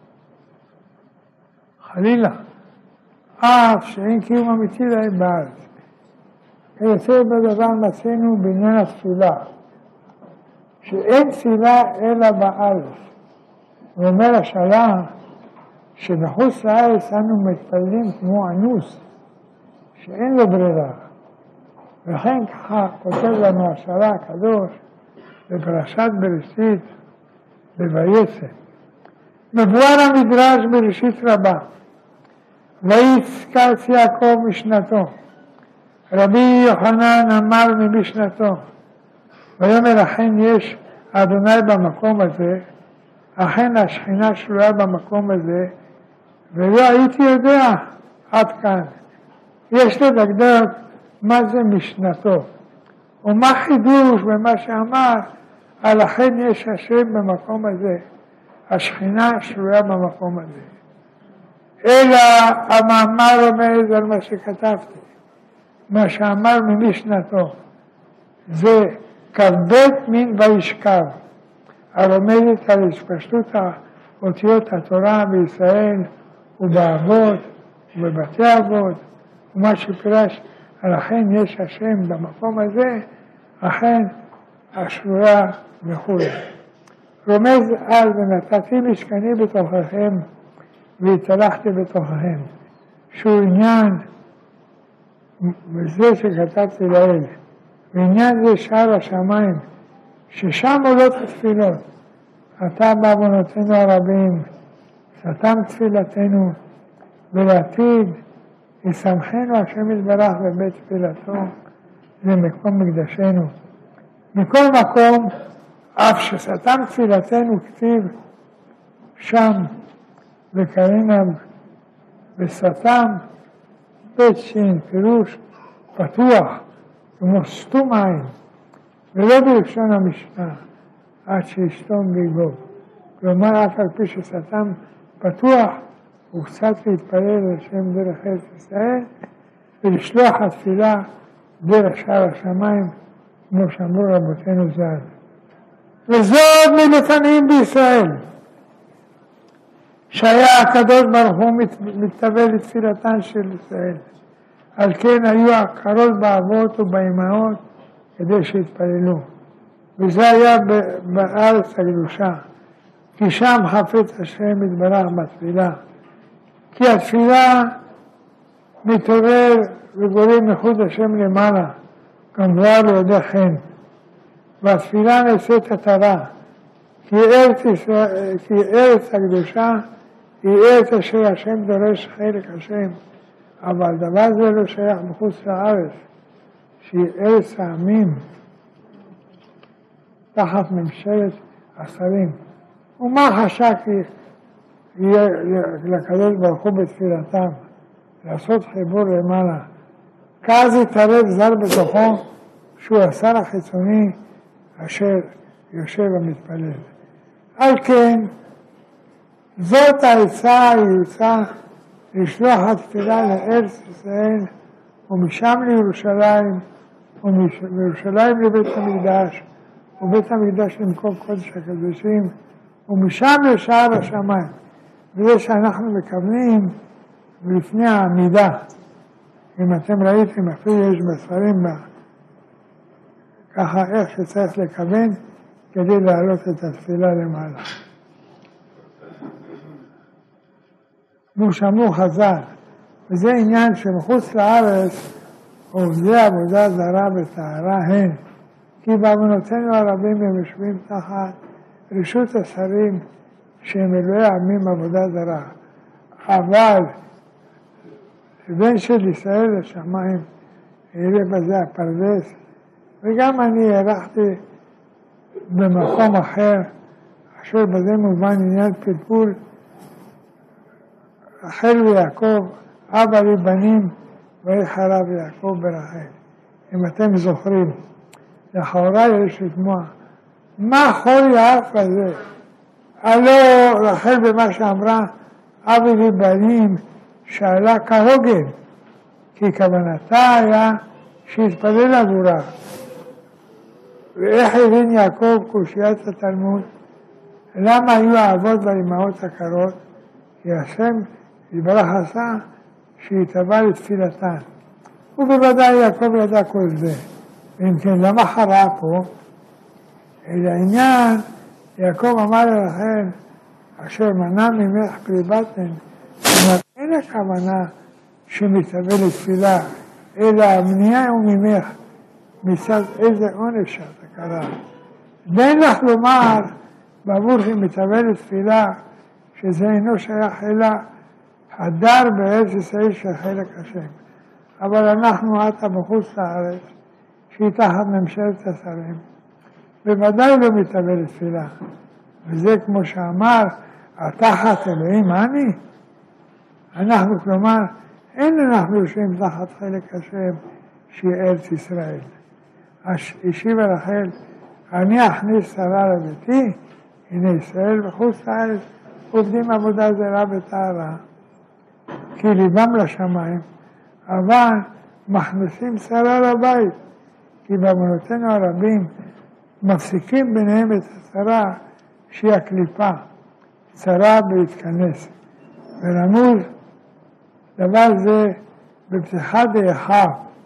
חלילה, אף שאין קיום אמיתי להם בארץ. כיוצא בדבר מצאנו בעניין התפילה, שאין תפילה אלא בארץ. ואומר השאלה שבחוץ לארץ אנו מתפללים כמו אנוס, שאין לו ברירה. וכן ככה כותב לנו השאלה הקדוש בפרשת בראשית בויצא. מבואר המדרש בראשית רבה, ויצקץ יעקב משנתו. רבי יוחנן אמר ממשנתו, ויאמר אכן יש אדוני במקום הזה, אכן השכינה שרויה במקום הזה, ולא הייתי יודע עד כאן. יש לדקדק מה זה משנתו, ומה חידוש במה שאמר על אכן יש השם במקום הזה, השכינה שרויה במקום הזה. אלא המאמר רומז על מה שכתבתי, מה שאמר ממשנתו, זה כ"ב מין וישכב, הרומזת על התפשטות אותיות התורה בישראל ובאבות ובבתי אבות, ומה שפירש על אכן יש השם במקום הזה, אכן השרויה וכו'. רומז על ונתתי משכני בתוככם והתהלכתי בתוככם, שהוא עניין בזה שכתבתי לאל, ועניין זה שער השמיים, ששם עולות התפילות. חטא בעוונותינו הרבים, סתם תפילתנו, ולעתיד ישמחנו השם יתברך בבית תפילתו למקום מקדשנו. מכל מקום, אף שסתם תפילתנו כתיב שם וקרינה וסתם בית שין, פירוש פתוח, כמו סתום עין, ולא בלשון המשנה, עד שישתום ביגוב. כלומר, אף על פי שסתם פתוח, הוא קצת להתפלל לשם דרך ארץ ישראל, ולשלוח התפילה דרך שער השמיים, כמו שאמרו רבותינו ז"ל. וזאת מלפנים בישראל, שהיה הקדוש ברוך הוא מתהווה לתפילתן של ישראל. על כן היו עקרות באבות ובאימהות כדי שיתפללו. וזה היה בארץ הקדושה, כי שם חפץ השם יתברך בתפילה. כי התפילה מתעורר וגורם ייחוד השם למעלה, כמובן לידי חן. והתפילה נעשית עטרה, כי ארץ הקדושה היא ארץ אשר השם דורש חלק השם, אבל דבר זה לא שייך מחוץ לארץ, שהיא ארץ העמים, תחת ממשלת השרים. ומה חשק יהיה לקדוש ברוך הוא בתפילתם? לעשות חיבור למעלה. כאז יתערב זר בתוכו, שהוא השר החיצוני אשר יושב ומתפלל. על כן, זאת העצה היוצאה לשלוח התפילה לארץ ישראל, ומשם לירושלים, ומירושלים לבית המקדש, ובית המקדש למקום קודש הקדושים, ומשם לשער השמיים. וזה שאנחנו מכוונים לפני העמידה. אם אתם ראיתם, אפילו יש בספרים ככה איך שצריך לכוון כדי להעלות את התפילה למעלה. כמו שאמרו חז"ל, וזה עניין שמחוץ לארץ עובדי עבודה זרה וטהרה הן, כי בעוונותינו הרבים הם יושבים תחת רשות השרים שהם אלוהי עמים עבודה זרה. אבל בין של ישראל לשמיים יראה בזה הפרדס, וגם אני הערכתי במקום אחר, אשר בזה מובן עניין פלפול, רחל ויעקב, אבא לי בנים, ויחרב יעקב ברחל. אם אתם זוכרים, לכאורה יש לתמוה, מה חולי האף הזה? הלא רחל במה שאמרה, אבא לי בנים, שאלה כהוגן, כי כוונתה היה שיתפלל עבורה. ואיך הבין יעקב קושיית התלמוד? למה היו האבות והאימהות עקרות? כי השם יתברך עשה שיתבע לתפילתן. ובוודאי יעקב ידע כל זה. ואם כן, למה חרה פה? אלא עניין, יעקב אמר לרחל, אשר מנע ממך פרי בטן, אין הכוונה שמתהווה לתפילה, אלא המניעה הוא ממך מצד איזה עונש שאתה קרא. ואין לך לומר בעבור שמתהווה לתפילה, שזה אינו שייך אלא הדר בארץ ישראל של חלק השם. אבל אנחנו עתה בחוץ לארץ, שהיא תחת ממשלת השרים, בוודאי לא מתהווה לתפילה. וזה כמו שאמר, תחת אלוהים אני? אנחנו, כלומר, אין אנחנו יושבים תחת חלק השם שהיא ארץ ישראל. השיבה רחל, אני אכניס שרה לביתי, הנה ישראל בחוץ לארץ, עובדים עבודה זרה וטהרה, כי ליבם לשמיים, אבל מכניסים שרה לבית, כי בעוונותינו הרבים מפסיקים ביניהם את השרה שהיא הקליפה, שרה בהתכנס. ורמוז דבר זה בפתיחת דאחיו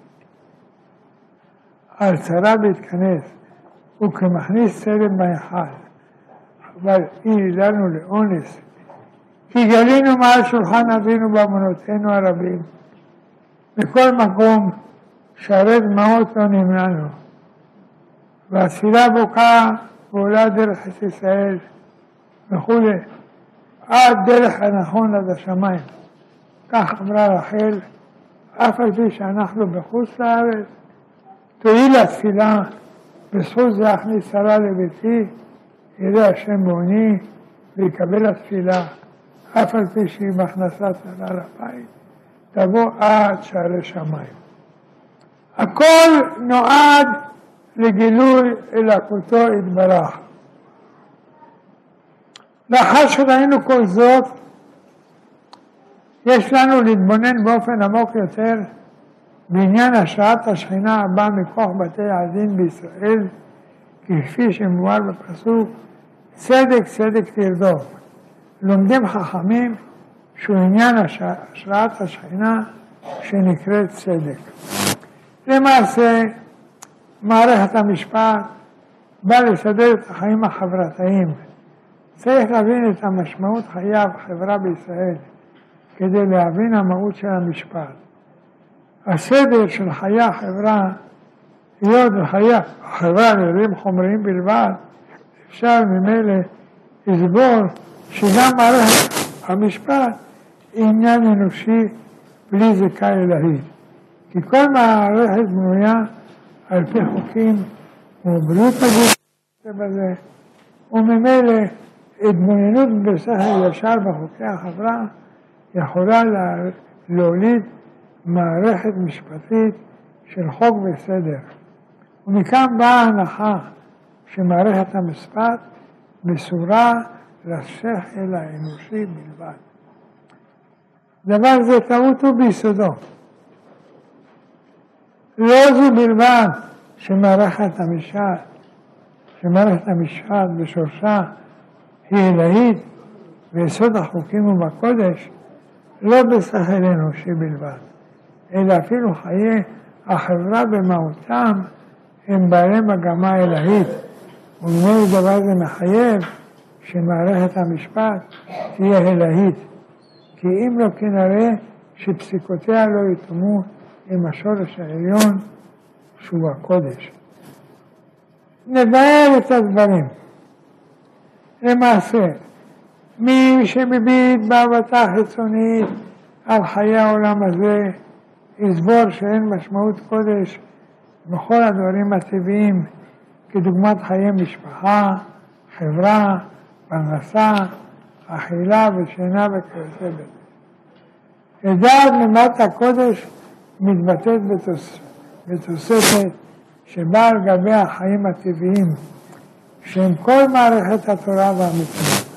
על שרה בהתכנס, וכמכניס צלם בהיכל, אבל היא לנו לאונס, כי גלינו מעל שולחן אבינו בעוונותינו הרבים, בכל מקום שערי דמעות לא נמנענו, והתפילה בוקעה ועולה דרך את ישראל וכולי, עד דרך הנכון עד השמיים. כך אמרה רחל, אף על פי שאנחנו בחוץ לארץ, תועיל התפילה, בזכות זה אכניס שרה לביתי, יראה השם בעוני, ויקבל התפילה, אף על פי שהיא בהכנסת שרה לבית, תבוא עד שערי שמיים. הכל נועד לגילוי אלוקותו יתברך. לאחר שראינו כל זאת, יש לנו להתבונן באופן עמוק יותר בעניין השראת השכינה הבאה מכוח בתי הדין בישראל, כפי שמובא בפסוק, צדק צדק תרדוף. לומדים חכמים שהוא עניין השראת השכינה שנקראת צדק. למעשה, מערכת המשפט באה לסדר את החיים החברתיים. צריך להבין את המשמעות חיי החברה בישראל כדי להבין המהות של המשפט. הסדר של חיי החברה, היות וחיי החברה נראים חומריים בלבד, אפשר ממילא לסבור שגם מערכת המשפט היא עניין אנושי בלי זיקה אלוהית. כי כל מערכת בנויה על פי חוקים ובריאות הגוף בזה, וממילא התבוננות בשכל ישר בחוקי החברה יכולה להוליד מערכת משפטית של חוק וסדר. ומכאן באה ההנחה שמערכת המשפט מסורה לשכל האנושי בלבד. דבר זה טעות הוא ביסודו. לא זו בלבד שמערכת המשפט בשורשה היא אלוהית ויסוד החוקים הוא בקודש, לא בשכל אנושי בלבד, אלא אפילו חיי החברה במהותם הם בעלי מגמה אלוהית, וממילא דבר זה מחייב שמערכת המשפט תהיה אלוהית, כי אם לא כנראה שפסיקותיה לא יתאמו עם השורש העליון שהוא הקודש. נבהר את הדברים. למעשה, מי שמביט בהבטה חיצונית על חיי העולם הזה, יסבור שאין משמעות קודש בכל הדברים הטבעיים, כדוגמת חיי משפחה, חברה, פרנסה, אכילה ושינה וכיוצא בזה. לדעת מימת הקודש מתבטאת בתוספת שבאה על גבי החיים הטבעיים, שהם כל מערכת התורה והמצוות.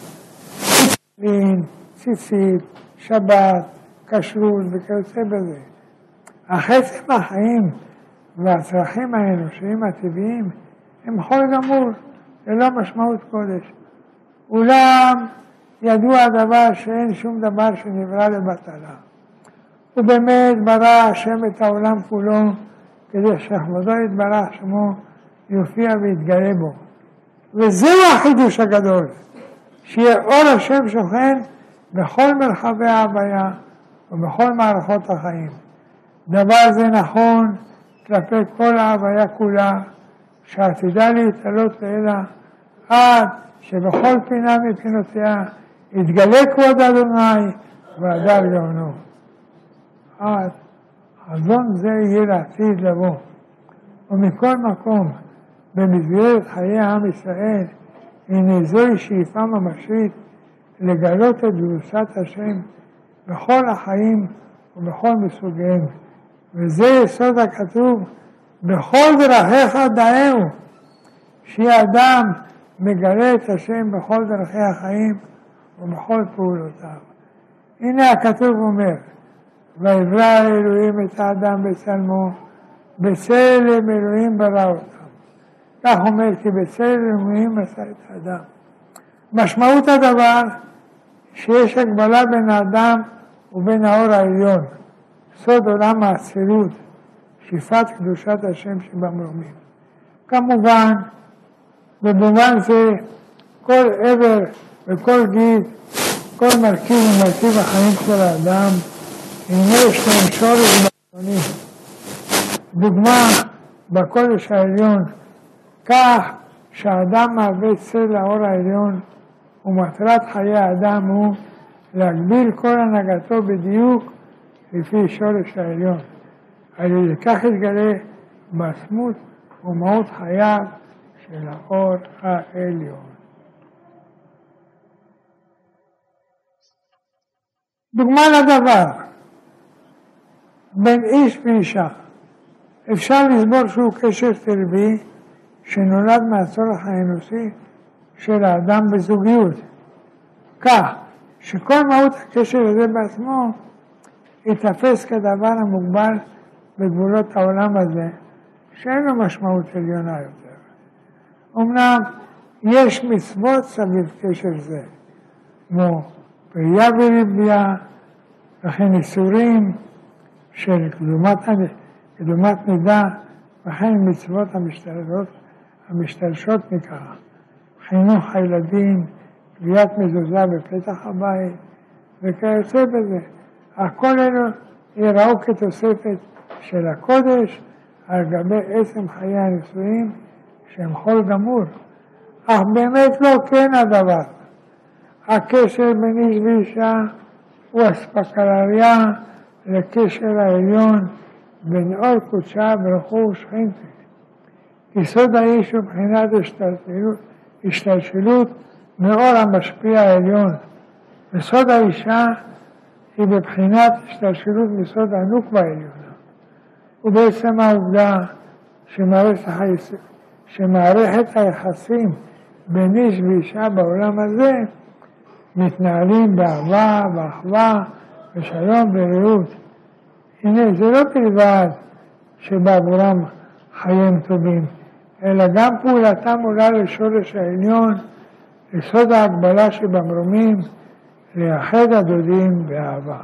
ציצית, שבת, כשרות וכיוצא בזה. החצם החיים והצרכים האנושיים הטבעיים הם חול גמור, ללא משמעות קודש. אולם ידוע הדבר שאין שום דבר שנברא לבטלה. ובאמת ברא השם את העולם כולו כדי שכבודו יתברך שמו יופיע ויתגלה בו. וזהו החידוש הגדול, שיהיה אור השם שוכן בכל מרחבי ההוויה ובכל מערכות החיים. דבר זה נכון כלפי כל ההוויה כולה, שעתידה להתעלות לאלה עד שבכל פינה מפינותיה יתגלה כבוד אדוני והדר גאונו. עד חזון זה יהיה לעתיד לבוא. ומכל מקום במסגרת חיי עם ישראל הנה זוהי שאיפה ממשית לגלות את קדושת השם בכל החיים ובכל מסוגיהם. וזה יסוד הכתוב בכל דרכיך דאהו, שאדם מגלה את השם בכל דרכי החיים ובכל פעולותיו. הנה הכתוב אומר, ויברא אלוהים את האדם בצלמו, בצלם אלוהים ברא אותם. כך אומר, כי בצלם אלוהים עשה את האדם. משמעות הדבר שיש הגבלה בין האדם ובין האור העליון, סוד עולם האצילות, שאיפת קדושת השם שבמרומים. כמובן, במובן זה כל עבר וכל גיד, כל מרכיב ומרכיב החיים של האדם, הנה יש להם שורש בעליונים. דוגמה בקודש העליון, כך שהאדם מהווה צל לאור העליון, ומטרת חיי האדם הוא להגביל כל הנהגתו בדיוק לפי שורש העליון. על ידי כך יתגלה בעצמות ומהות חייו של האור העליון. דוגמה לדבר, בין איש ואישה. אפשר לסבור שהוא קשר טבעי שנולד מהצורך האנושי של האדם בזוגיות. כך שכל מהות הקשר הזה בעצמו יתפס כדבר המוגבל בגבולות העולם הזה, שאין לו משמעות עליונה יותר. אמנם יש מצוות סביב קשר זה, כמו פריה ורבייה, וכן איסורים של קדומת נידה, וכן מצוות המשתרשות מכך, חינוך הילדים, קביעת מזוזה בפתח הבית, וכיוצא בזה. הכל אלו יראו כתוספת של הקודש על גבי עצם חיי הנישואים שהם חול גמור. אך באמת לא כן הדבר. הקשר בין איש ואישה הוא אספקלריה לקשר העליון בין אור קודשה ברוחו ושכינתה. יסוד האיש הוא מבחינת השתלשלות מאור המשפיע העליון. יסוד האישה היא בבחינת השתלשלות מסוד הנוקבה העליונה. ובעצם העובדה שמערכת היחסים בין איש ואישה בעולם הזה מתנהלים באהבה, באחווה, בשלום ורעות. הנה, זה לא בלבד שבעבורם חיים טובים, אלא גם פעולתם עולה לשורש העליון, לסוד ההגבלה שבמרומים, לייחד הדודים באהבה.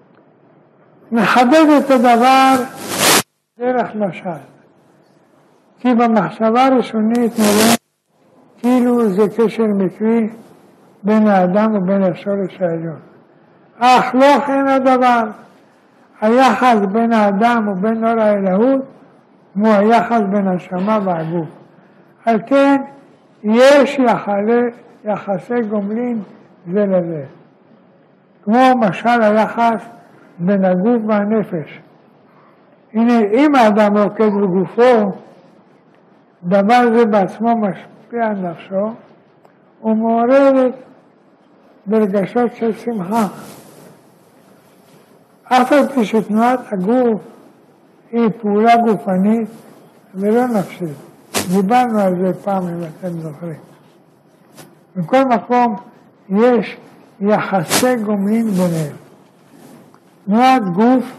מחדד את הדבר דרך משל, כי במחשבה הראשונית נראה כאילו זה קשר מקרי בין האדם ובין השורש העליון. אך לא כן הדבר. היחס בין האדם ובין אור האלוהות כמו היחס בין הנשמה והגוף. על כן יש יחסי גומלין זה לזה. כמו משל היחס בין הגוף והנפש. הנה, אם האדם רוקד בגופו, דבר זה בעצמו משפיע על נפשו ומעוררת ברגשות של שמחה. אף על פי שתנועת הגוף היא פעולה גופנית ולא נפשית. דיברנו על זה פעם, אם אתם זוכרים. בכל מקום יש יחסי גומלין ביניהם. תנועת גוף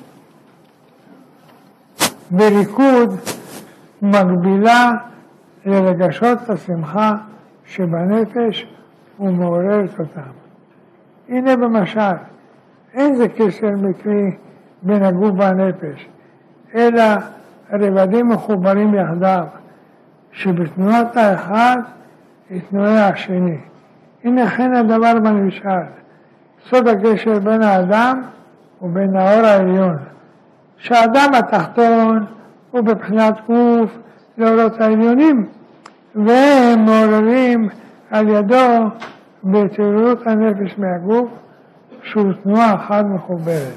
בריקוד מגבילה לרגשות השמחה שבנפש ומעוררת אותם. הנה במשל, אין זה קשר מקרי בין הגוף והנפש, אלא רבדים מחוברים יחדיו, שבתנועת האחד יתנועה השני. הנה כן הדבר בנמשל, סוד הקשר בין האדם ובין האור העליון, שהאדם התחתון הוא בבחינת גוף לאורות העליונים, והם מעוררים על ידו בהתעוררות הנפש מהגוף, שהוא תנועה אחת מחוברת.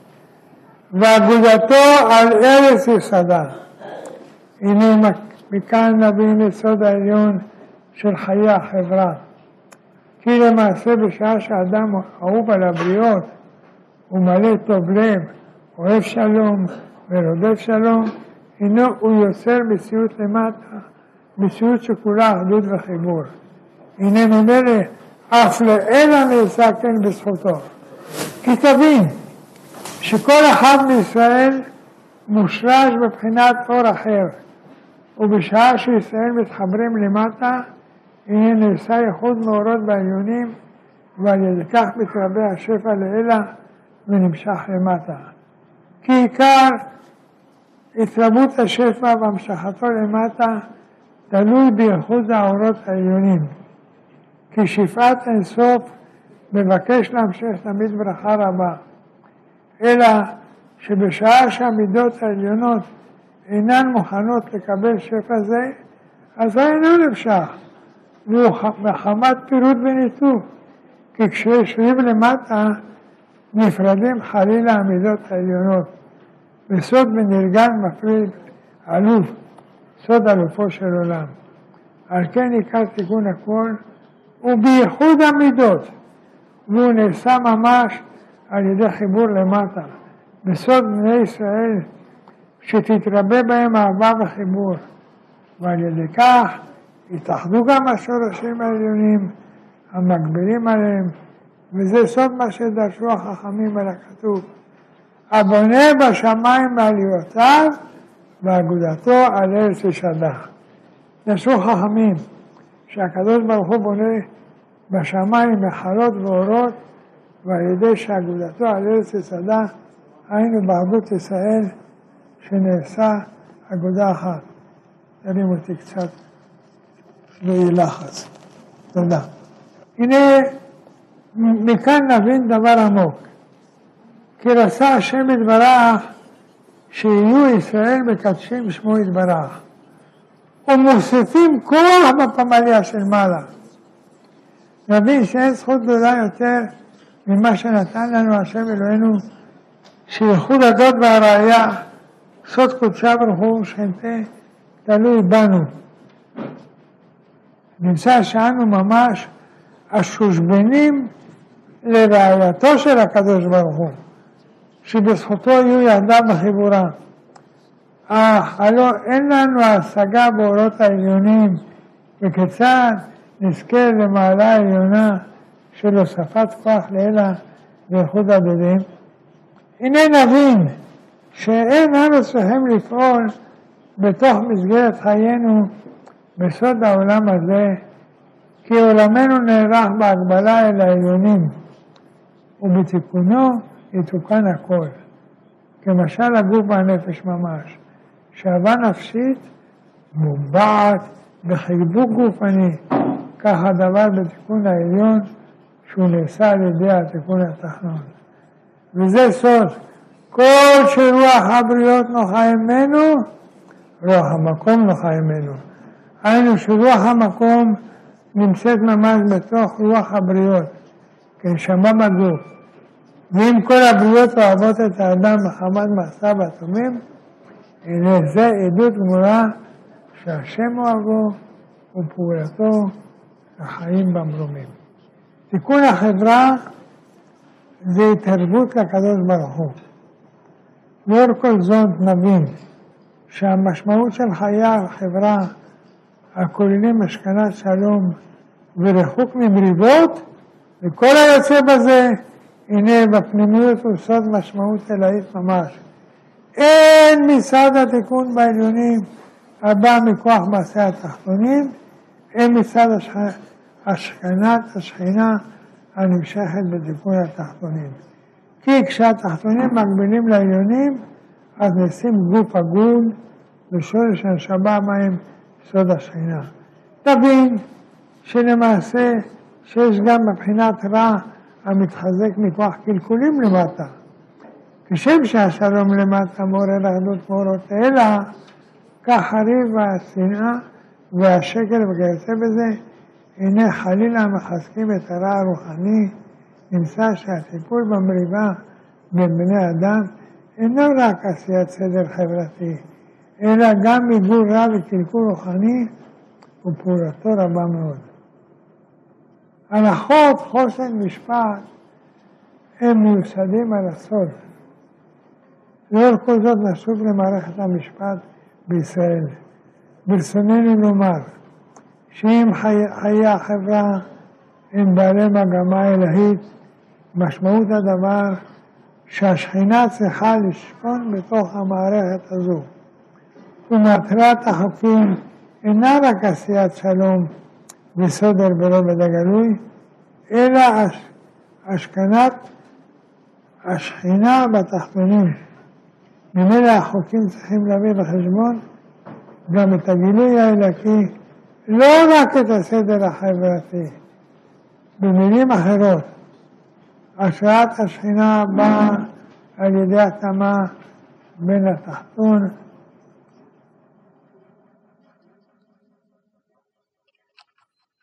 ואגודתו על ארץ יסדה. הנה מכאן נבין את סוד העליון של חיי החברה. כי למעשה בשעה שהאדם אהוב על הבריות, הוא מלא טוב לב, אוהב שלום ורודף שלום, הנה הוא יוצר מציאות למטה, מציאות שכולה אחדות וחיבור. הנה ממילא אף לאלה נעשה כן בזכותו. כי תבין שכל אחד מישראל מושרש בבחינת אור אחר, ובשעה שישראל מתחברים למטה, הנה נעשה ייחוד מאורות בעליונים, ועל ידי כך מתרבה השפע לאלה ונמשך למטה. כי עיקר התרבות השפע והמשכתו למטה תלוי בייחוד האורות העליונים. כי שפעת אינסוף מבקש להמשיך תמיד ברכה רבה, אלא שבשעה שהמידות העליונות אינן מוכנות לקבל שפע זה, אז אינו נמשך, והוא מחמת פירוט וניתוק, כי כשיושבים למטה נפרדים חלילה המידות העליונות, וסוד ונרגן מפריד אלוף, סוד אלופו של עולם. על כן עיקר תיקון הכל, ובייחוד המידות, והוא נעשה ממש על ידי חיבור למטה, בסוד בני ישראל, שתתרבה בהם אהבה וחיבור, ועל ידי כך יתאחדו גם השורשים העליונים המקבילים עליהם, וזה סוד מה שדרשו החכמים על הכתוב, הבונה בשמיים מעליותיו ואגודתו על ארץ ישדך. דרשו חכמים שהקדוש ברוך הוא בונה בשמיים מחלות ואורות, ועל ידי שאגודתו על ארץ יסדך, היינו באחדות ישראל שנעשה אגודה אחת. תרים אותי קצת ויהיה לחץ. תודה. הנה, מכאן נבין דבר עמוק. כי רצה השם יתברך שיהיו ישראל מקדשים שמו יתברך, ומוסיפים כוח בפמליה של מעלה. נבין שאין זכות גדולה יותר ממה שנתן לנו השם אלוהינו, שייחוד הדוד והראיה, סוד קודשה ברוך הוא ושכנתה, תלוי בנו. נמצא שאנו ממש השושבנים לראייתו של הקדוש ברוך הוא, שבזכותו יהיו יחדיו בחיבורה. הלא אין לנו השגה באורות העליונים, וכיצד נזכה למעלה העליונה של הוספת כוח לאלה ואיחוד הדודים. הנה נבין שאין אנו צריכים לפעול בתוך מסגרת חיינו בסוד העולם הזה, כי עולמנו נערך בהגבלה אל העליונים, ובתיקונו יתוקן הכל. כמשל הגוף והנפש ממש, שאהבה נפשית מובעת בחיבוק גופני, כך הדבר בתיקון העליון שהוא נעשה על ידי התיקון התחתון. וזה סוד, כל שרוח הבריות נוחה ממנו, רוח המקום נוחה ממנו. היינו שרוח המקום נמצאת ממש בתוך רוח הבריות, כנשמה בגוף. ואם כל הבריות אוהבות את האדם מחמת מעשיו הטובים, הנה זה עדות גמורה שהשם אוהבו ופעולתו החיים במרומים. תיקון החברה זה התערבות לקדוש ברוך הוא. לאור כל זאת נבין שהמשמעות של חיי החברה הכוללים השכנת שלום וריחוק ממריבות וכל היוצא בזה, הנה בפנימיות הוא סוד משמעות אלוהית ממש. אין מצד התיקון בעליונים הבא מכוח מעשה התחתונים, אין מצד השכינה הנמשכת בתיקון התחתונים. כי כשהתחתונים מקבילים לעליונים, אז נשים גוף הגון ושורש הנשמה מהם סוד השכינה. תבין שלמעשה שיש גם מבחינת רע המתחזק מכוח קלקולים למטה. כשם שהשלום למטה מעורר אחדות מאורות אלא, כך הריב והשנאה והשקר וכיוצא בזה, הנה חלילה מחזקים את הרע הרוחני. נמצא שהטיפול במריבה בין בני אדם אינו רק עשיית סדר חברתי, אלא גם מיגור רע וקלקול רוחני ופעולתו רבה מאוד. הלכות חוסן משפט הם מיוסדים על הסוד. לאור כל זאת נשוב למערכת המשפט בישראל. ברצוננו לומר שאם חיי החברה הם בעלי מגמה אלוהית, משמעות הדבר שהשכינה צריכה לשכון בתוך המערכת הזו. ומטרת החוקים אינה רק עשיית שלום וסדר ברובד הגלוי, אלא השכנת השכינה בתחתונים. ממילא החוקים צריכים להביא בחשבון גם את הגילוי האלוקי, לא רק את הסדר החברתי. במילים אחרות, השראת השכינה באה על ידי התאמה בין התחתון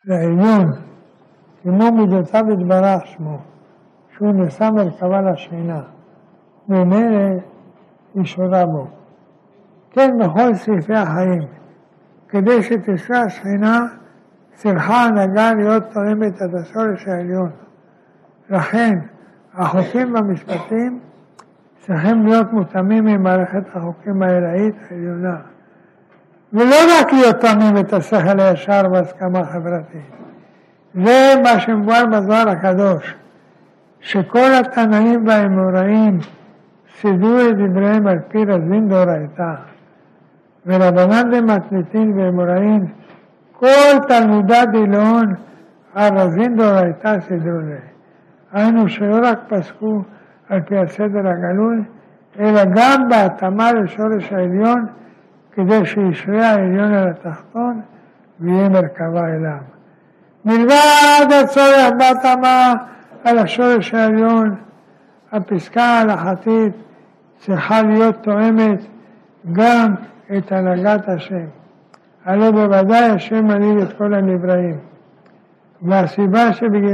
לעליון, כמו מידותיו יתברך שמו, שהוא נשא מרכבה לשכינה, וממילא ישורה בו. כן בכל סעיפי החיים, כדי שתשרה השכינה, צריכה ההנהגה להיות תואמת את השורש העליון. לכן, החוקים והמשפטים צריכים להיות מותאמים ממערכת החוקים האלוהית העליונה, ולא רק להיות תואמים את השכל הישר והסכמה חברתית. זה מה שמבואר בזוהר הקדוש, שכל התנאים והאמוראים סידרו את דבריהם על פי רזין דאורייתא, ורבנן דמתניתין ואמוראים, כל תלמודת דילון על רזין דאורייתא סידרו להם. היינו שלא רק פסקו על פי הסדר הגלוי, אלא גם בהתאמה לשורש העליון, כדי שישרה העליון על התחתון ויהיה מרכבה אליו. מלבד הצורך בהתאמה על השורש העליון, הפסקה ההלכתית צריכה להיות תואמת גם את הנהגת השם. הלא בוודאי השם מנהיג את כל הנבראים. והסיבה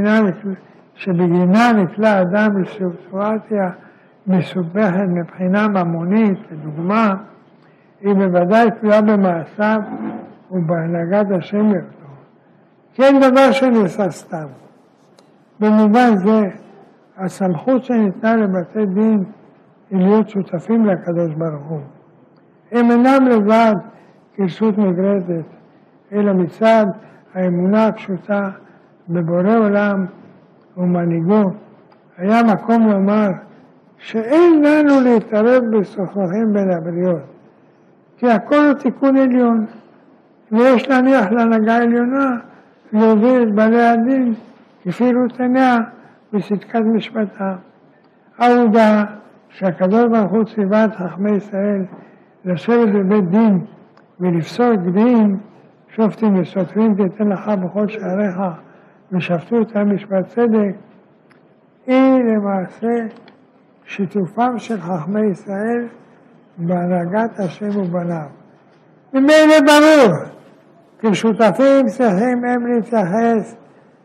שבגינה נקלע אדם בסיטואציה מסובכת מבחינה ממונית, לדוגמה, היא בוודאי תלויה במעשיו ובהנהגת השם לאותו. כן דבר שנעשה סתם. במובן זה, הסמכות שניתנה לבתי דין היא להיות שותפים לקדוש ברוך הוא. הם אינם לבד כרשות נגרדת, אלא מצד האמונה הפשוטה בבורא עולם ומנהיגו, היה מקום לומר שאין לנו להתערב בסוכרכים בין הבריות, כי הכל הוא תיקון עליון, ויש להניח להנהגה עליונה להוביל את בעלי הדין כפי רצוניה בצדקת משפטה. העובדה שהקדוש ברוך הוא ציווה את חכמי ישראל לשבת בבית דין ולפסוק דין, שופטים וסותרים תיתן לך בכל שעריך ושפטו אותם משפט צדק, היא למעשה שיתופם של חכמי ישראל בהנהגת השם ובניו. ממילא ברור, כשותפים צריכים הם להתייחס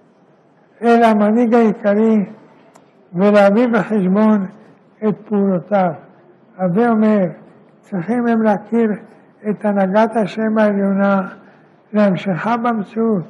אל המנהיג העיקרי ולהביא בחשבון את פעולותיו. הווה אומר, צריכים הם להכיר את הנהגת השם העליונה להמשכה במציאות.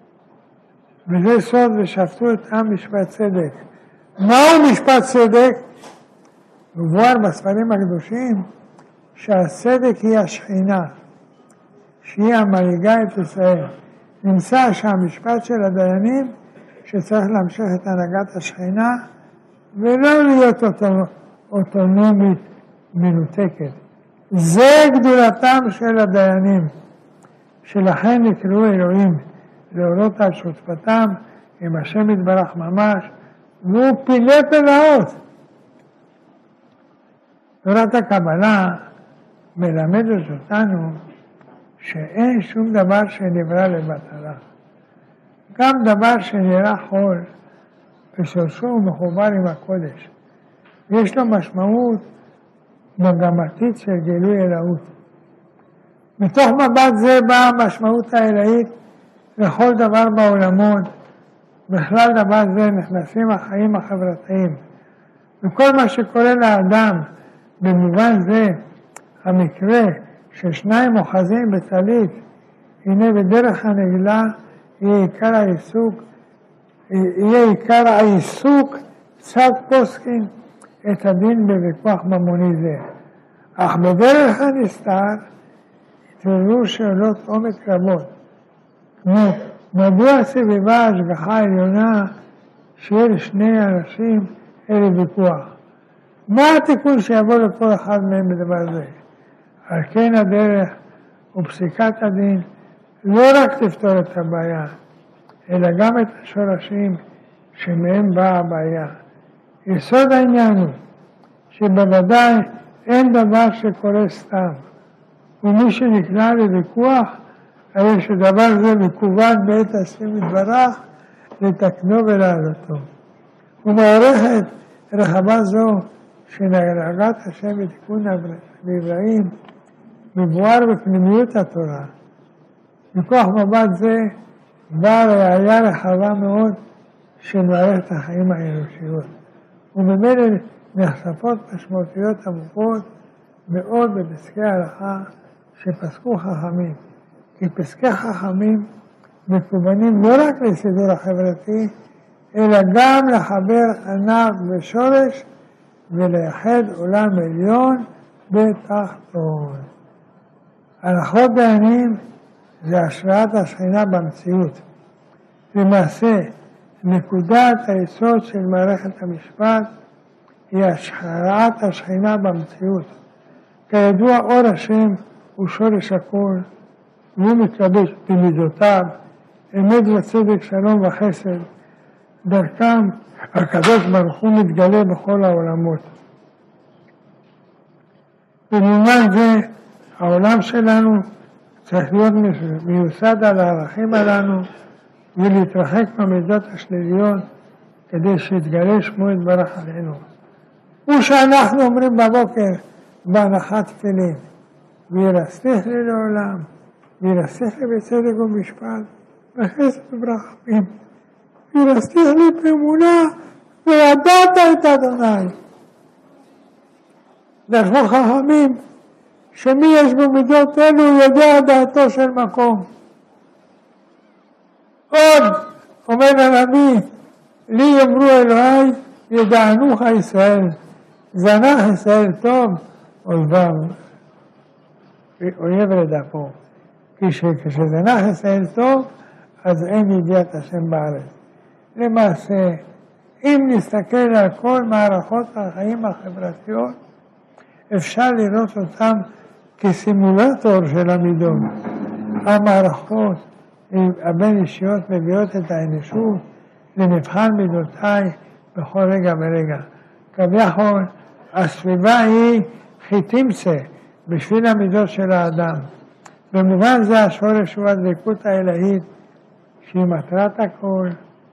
וזה סוד ושפטו את עם משפט צדק. מהו משפט צדק? מבואר בספרים הקדושים שהצדק היא השכינה, שהיא המנהיגה את ישראל. נמצא שהמשפט של הדיינים שצריך להמשיך את הנהגת השכינה ולא להיות אוטונומית מנותקת. זה גדולתם של הדיינים, שלכן נקראו אלוהים להורות על שותפתם עם השם יתברך ממש, והוא פילה פלאות. תורת הקבלה מלמדת אותנו שאין שום דבר שנברא לבטלה. גם דבר שנראה חול ושורשו הוא מחובר עם הקודש. יש לו משמעות מגמתית של גילוי אלוהות. מתוך מבט זה באה המשמעות האלוהית לכל דבר בעולמות. בכלל דבר זה נכנסים החיים החברתיים. וכל מה שקורה לאדם במובן זה, המקרה ששניים אוחזים בטלית, הנה בדרך הנגלה יהיה עיקר העיסוק צד פוסקין את הדין בוויכוח ממוני זה. אך בדרך הנסתר התעוררו שאלות עומק רבות, כמו מדוע סביבה ההשגחה העליונה של שני אנשים אלה ויכוח? מה התיקון שיבוא לכל אחד מהם בדבר זה? על כן הדרך ופסיקת הדין לא רק תפתור את הבעיה, אלא גם את השורשים שמהם באה הבעיה. יסוד העניין הוא שבוודאי אין דבר שקורה סתם, ומי שנקלע לוויכוח, הרי שדבר זה מקוון בעת השם יתברך לתקנו ולעלותו. ומערכת רחבה זו שנהגת השם ותיקון הנבראים מבואר בפנימיות התורה. מכוח מבט זה באה ראיה רחבה מאוד של מערכת החיים האנושיות, וממילא נחשפות משמעותיות עמוקות מאוד בפסקי ההלכה שפסקו חכמים, כי פסקי חכמים מכוונים לא רק לסידור החברתי, אלא גם לחבר ענף ושורש ולייחד עולם עליון בתחתון. הלכות דיינים זה השראת השכינה במציאות. למעשה, נקודת היסוד של מערכת המשפט היא השראת השכינה במציאות. כידוע, אור השם הוא שורש הכל, והוא מתלבש במידותיו, אמת וצדק, שלום וחסד. דרכם הקדוש ברוך הוא מתגלה בכל העולמות. במובן זה, העולם שלנו צריך להיות מיוסד על הערכים הללו ולהתרחק מהמידות השליליות כדי שיתגלה שמו יתברך עלינו. ושאנחנו אומרים בבוקר בהנחת תפילין, וירסתיך לי לעולם, וירסתיך לי בצדק ומשפט, בחסד וברחמים, וירסתיך לי באמונה, וידעת את אדוני. דרכו חכמים, שמי יש בו מידות אלו יודע דעתו של מקום. עוד אומר הנביא, לי יאמרו אלוהי ידענוך ישראל, זנח ישראל טוב, אויב רדפו. כשזנח ישראל טוב, אז אין ידיעת השם בארץ. למעשה, אם נסתכל על כל מערכות החיים החברתיות, אפשר לראות אותם כסימולטור של המידות. המערכות הבין אישיות מביאות את האנושות למבחן מידותיי בכל רגע ורגע. כביכול, הסביבה היא חיתימצה בשביל המידות של האדם. במובן זה השורש הוא הדבקות האלוהית שהיא מטרת הכל,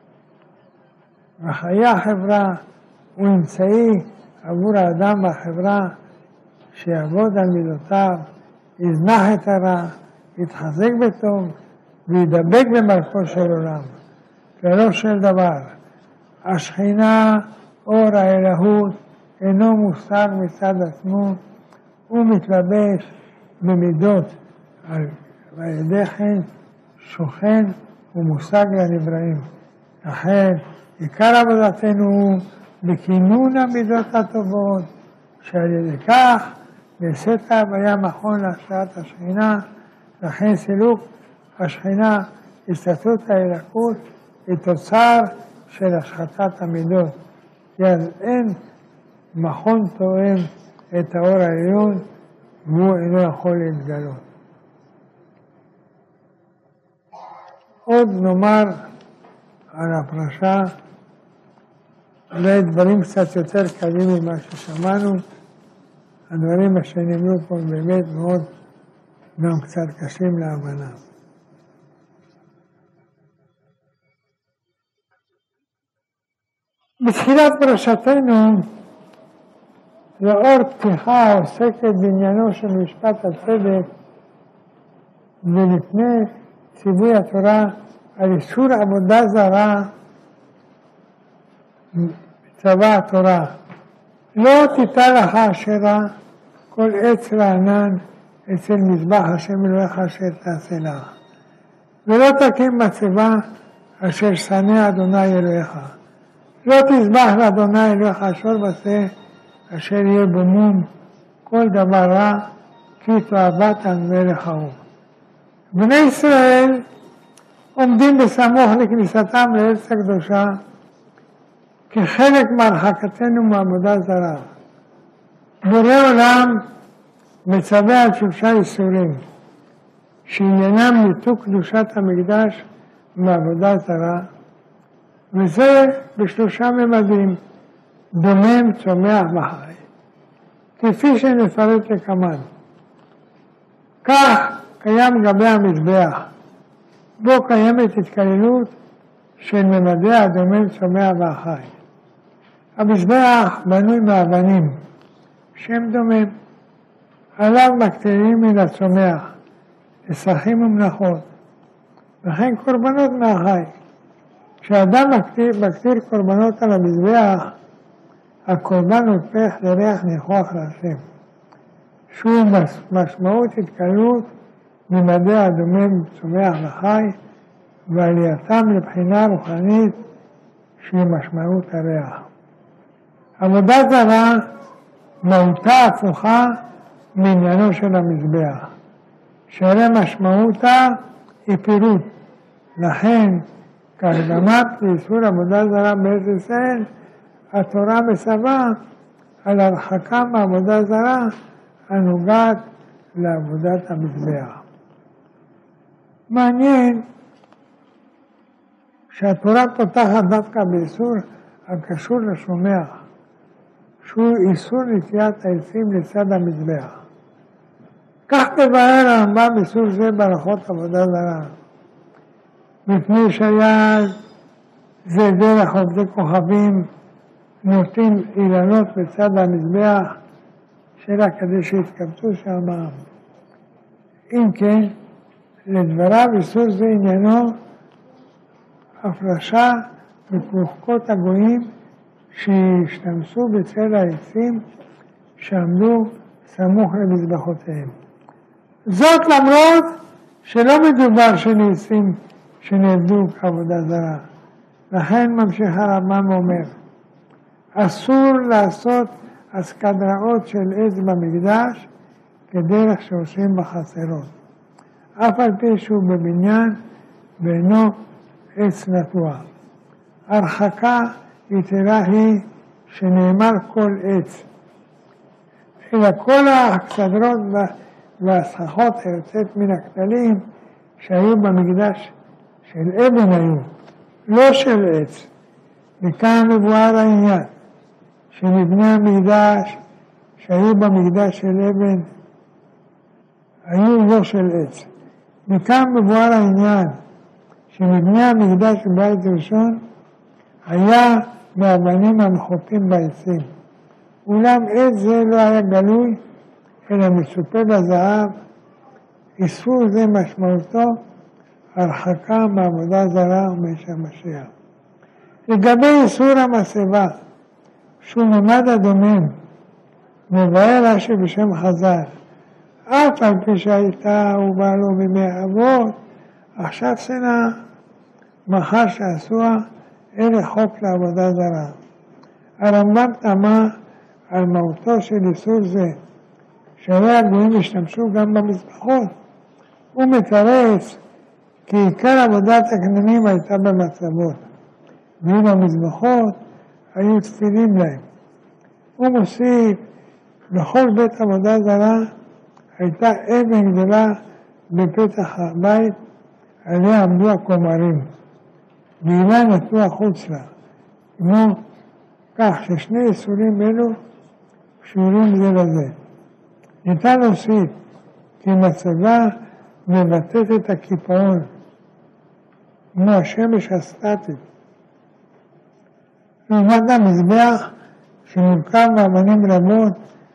וחיי החברה הוא אמצעי עבור האדם והחברה שיעבוד על מידותיו, יזנח את הרע, יתחזק בטוב וידבק במלכו של עולם. כלא של דבר, השכינה, אור האלוהות, אינו מושג מצד עצמו, הוא מתלבש במידות, ועל ידי כן שוכן ומושג לנבראים. לכן, עיקר עבודתנו הוא בכינון המידות הטובות, שעל ידי כך נעשית ההוויה מכון להשראת השכינה. לכן סילוק השכינה, הסתתות האלוקות, היא תוצר של השחתת המידות. כי אז אין מכון תואם את האור העליון, והוא אינו יכול להתגלות. עוד נאמר על הפרשה, אולי דברים קצת יותר קלים ממה ששמענו. הדברים שנאמרו פה באמת מאוד גם קצת קשים להבנה. בתחילת פרשתנו, לאור פתיחה העוסקת בעניינו של משפט הצדק, ולפני ציווי התורה על איסור עבודה זרה, צבא התורה, לא תיטע לך אשרה כל עץ רענן אצל מזבח השם אלוהיך אשר תעשה לך, ולא תקים מצבה אשר שנא אדוני אלוהיך. לא תזבח לאדוני אלוהיך אשר בשה אשר יהיה בו מום, כל דבר רע, כי תועבת המלך ההוא. בני ישראל עומדים בסמוך לכניסתם לארץ הקדושה כחלק מהרחקתנו מעבודה זרה. בורא עולם מצווה על 3 איסורים שעניינם ניתוק קדושת המקדש מעבודה זרה, וזה ב3 ממדים, דומם, צומח וחי, כפי שנפרט לקמן. כך קיים גבי המזבח, בו קיימת התקללות של ממדי הדומם, צומח והחי. המזבח בנוי מאבנים, שם דומם, עליו מקטינים מן הצומח, נסכים ומנחות, וכן קורבנות מהחי. כשאדם מקטיר קורבנות על המזבח, הקורבן הופך לריח ניחוח להשם. שוב משמעות התקלות ממדי הדומם צומח וחי, ועלייתם לבחינה רוחנית שהיא משמעות הריח. עבודת זרה מהותה הפוכה מעניינו של המזבח, שהרי משמעותה היא פירוט. לכן, כהקדמת לאיסור עבודת זרה בארץ ישראל, התורה מצווה על הרחקה מעבודה זרה הנוגעת לעבודת המזבח. מעניין שהתורה פותחת דווקא באיסור הקשור לשומח, שהוא איסור נטיית העצים לצד המזבח. כך מבאר הרמב"ם איסור זה בהלכות עבודה זרה, מפני שהיה זה דרך עובדי כוכבים נוטים אילנות בצד המזבח, שלה כדי שיתקבצו שם. אם כן, לדבריו איסור זה עניינו הפרשה מפרוחקות הגויים שהשתמשו בצל העצים שעמדו סמוך למזבחותיהם. זאת למרות שלא מדובר שנעשים שנעבדו כעבודה זרה. לכן ממשיך הרמב"ם ואומר, אסור לעשות אסקדראות של עץ במקדש כדרך שעושים בחצרות, אף על פי שהוא בבניין ואינו עץ נטוע. הרחקה יתרה היא שנאמר כל עץ, אלא כל האכסדרות והסככות היוצאת מן הכתלים שהיו במקדש של אבן היו, לא של עץ. מכאן מבואר העניין שמבני המקדש שהיו במקדש של אבן היו לא של עץ. מכאן מבואר העניין שמבני המקדש בבית ראשון היה מאבנים המחופים בעצים. אולם עץ זה לא היה גלוי אלא מצופה בזהב. איסור זה משמעותו הרחקה מעבודה זרה ומאש המשיח. לגבי איסור המסבה, שהוא ממד הדומם, מבאר רש"י בשם חז"ל, אף על פי שהייתה ובעלו בימי אבות, עכשיו שנאה, מאחר שעשוה אלה חוק לעבודה זרה. הרמב"ם תמה על מהותו של איסור זה, שהרי הגויים השתמשו גם במזבחות. הוא מתרץ כי עיקר עבודת הכנענים הייתה במצבות, ואילו המזבחות היו תפילים להם. הוא מוסיף, בכל בית עבודה זרה הייתה אבן גדולה בפתח הבית, עליה עמדו הכומרים, ואילה נטו החוץ לה. כמו כך ששני איסורים אלו קשורים זה לזה. ניתן להוסיף כי מצבה מבטאת את הקיפאון, כמו השמש הסטטית. לעומת המזבח שמורכב מאבנים רבות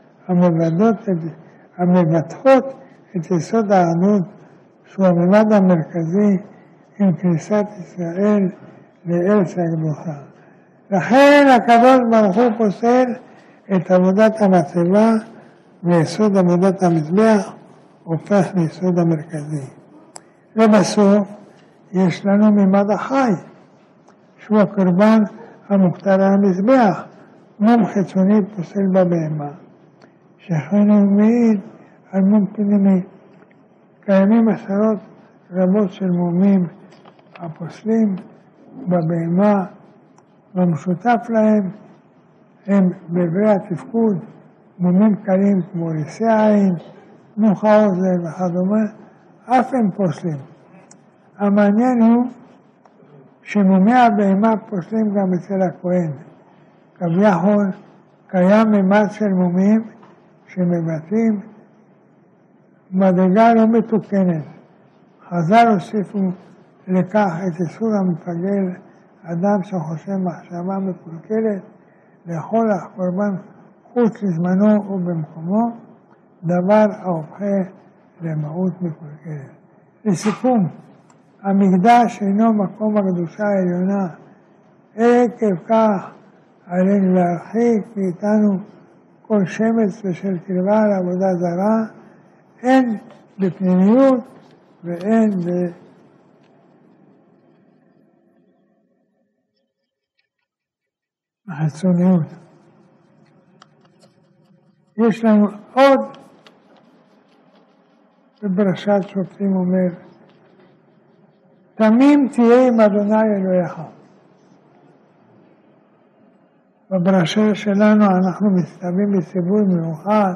המבטחות את יסוד האחדות, שהוא הממד המרכזי עם כניסת ישראל לארץ הקדושה. לכן הקדוש ברוך הוא פוסל את עבודת המצבה, ויסוד עבודת המזבח הופך ליסוד המרכזי. ובסוף יש לנו ממד החי, שהוא הקורבן המוכתר על המזבח, מום חיצוני פוסל בבהמה, שכן הוא מעיד על מום פנימי. קיימים עשרות רבות של מומים הפוסלים בבהמה, והמשותף להם הם באיברי התפקוד, מומים קלים כמו ריסי עין, מוח האוזן וכדומה, אף הם פוסלים. המעניין הוא שמומי הבהמה פוסלים גם אצל הכהן. כביכול קיים ממד של מומים שמבטאים מדרגה לא מתוקנת. חז"ל הוסיפו לכך את איסור המפגל, אדם שחושב מחשבה מקולקלת, לאכול הקורבן חוץ לזמנו ובמקומו, דבר ההופך למהות מקולקלת. לסיכום, המקדש אינו מקום הקדושה העליונה, עקב כך עלינו להרחיק מאיתנו כל שמץ ושל קרבה לעבודה זרה, הן בפנימיות והן בחיצוניות. יש לנו עוד בפרשת שופטים אומר, תמים תהיה עם אדוני אלוהיך. בפרשה שלנו אנחנו מסתובבים בציווי מיוחד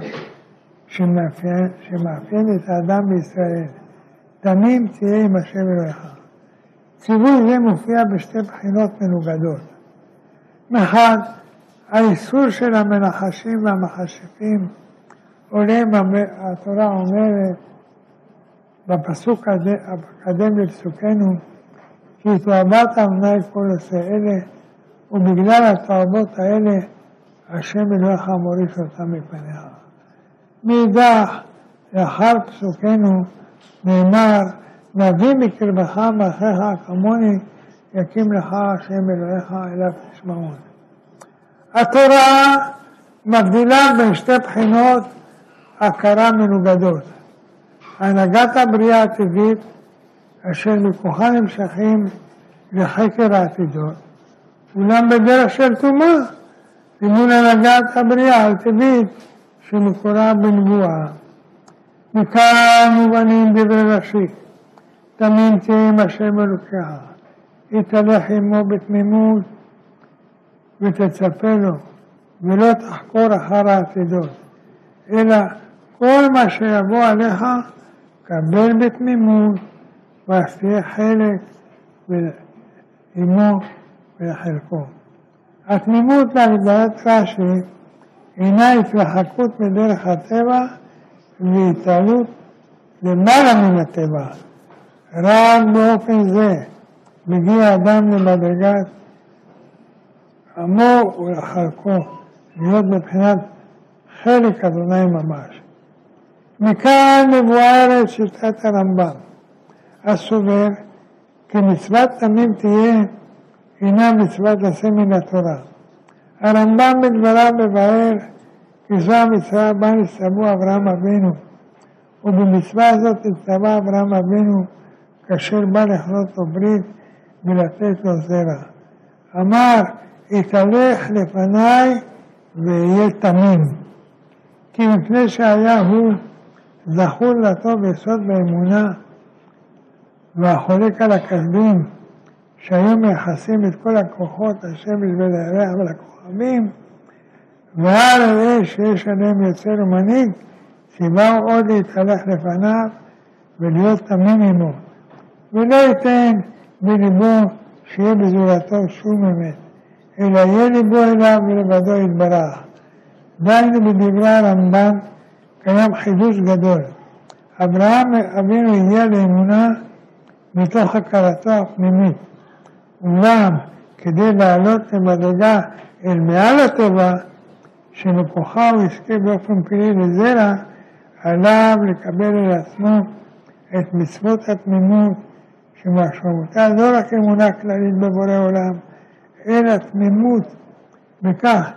שמאפיין את האדם בישראל. תמים תהיה עם השם אלוהיך. ציווי זה מופיע בשתי בחינות מנוגדות. מחד, האיסור של המנחשים והמכשפים עולה, התורה אומרת בפסוק הקדם לפסוקנו, כי תועבת אבני כל עושה אלה, ובגלל התועבות האלה, השם אלוהיך מוריש אותם מפניך. מאידך, לאחר פסוקנו, נאמר, נביא מקרבך מאחיך כמוני, יקים לך השם אלוהיך אליו תשמעון. התורה מבדילה בין שתי בחינות הכרה מנוגדות. הנהגת הבריאה הטבעית, אשר מכוחה נמשכים לחקר העתידות, אולם בדרך של טומאה, למול הנהגת הבריאה הטבעית שמקורה בנבואה. מכאן מובנים דברי רש"י, תמים תהיה עם השם אלוקיך, יתהלך עמו בתמימות ותצפה לו, ולא תחקור אחר העתידות, אלא כל מה שיבוא עליך, קבל בתמימות, ואז תהיה חלק עמו ולחלקו. התמימות להגדרת רש"י הינה התרחקות מדרך הטבע והתעלות למעלה מן הטבע. רק באופן זה מגיע אדם למדרגת עמו ולחלקו, להיות מבחינת חלק אדוני ממש. מכאן מבוארת שיטת הרמב"ם, הסובר כי מצוות תמים תהיה הינה מצוות עשה מן התורה. הרמב"ם בדבריו מבאר כי זו המצווה בה נצטוו אברהם אבינו, ובמצווה הזאת נצטווה אברהם אבינו כאשר בא לכרות לו ברית ולתת לו זרע. אמר, יתהלך לפניי ויהיה תמים, כי מפני שהיה הוא זכור לטוב ויסוד באמונה, והחולק על הכסדים שהיום מייחסים את כל הכוחות השמש ולירח ולכוכבים, ועל אלה שיש עליהם יוצר ומנהיג, ציווהו עוד להתהלך לפניו ולהיות תמים עמו, ולא ייתן בליבו שיהיה בזולתו שום אמת, אלא יהיה ליבו אליו ולבדו יתברך. דיינו בדברי הרמב"ם קיים חידוש גדול. אברהם אבינו הגיע לאמונה מתוך הכרתו הפנימית, אולם כדי לעלות למדרגה אל מעל הטבע, שמכוחה הוא יזכה באופן פלאי לזרע, עליו לקבל אל עצמו את מצוות התמימות, שמשמעותה לא רק אמונה כללית בבורא עולם, אלא תמימות בכך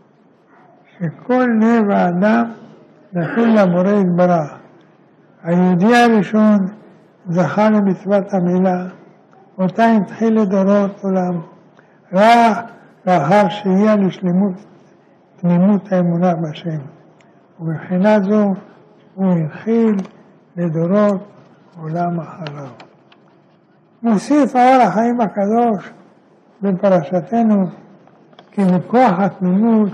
שכל לב האדם נתון לבורא יתברך. היהודי הראשון זכה למצוות המילה, אותה התחיל לדורות עולם, רק לאחר שהגיע לשלמות תמימות האמונה בשם. ובבחינה זו הוא הנחיל לדורות עולם אחריו. מוסיף האור החיים הקדוש בפרשתנו, כי מכוח התמימות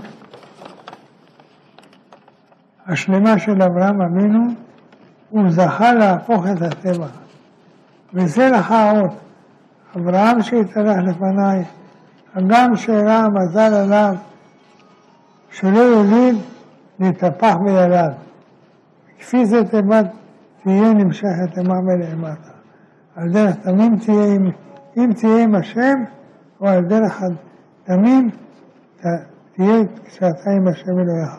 השלמה של אברהם אבינו, הוא זכה להפוך את הטבע. וזה לך האות, אברהם שהתהלך לפניי, הגם שאירע המזל עליו, שלא יוליד להתהפך וילד. כפי זה תהיה נמשכת אימה ולאמתה. על דרך תמים תהיה, אם תהיה עם השם, או על דרך תמים תהיה כשאתה עם השם אלוהיך.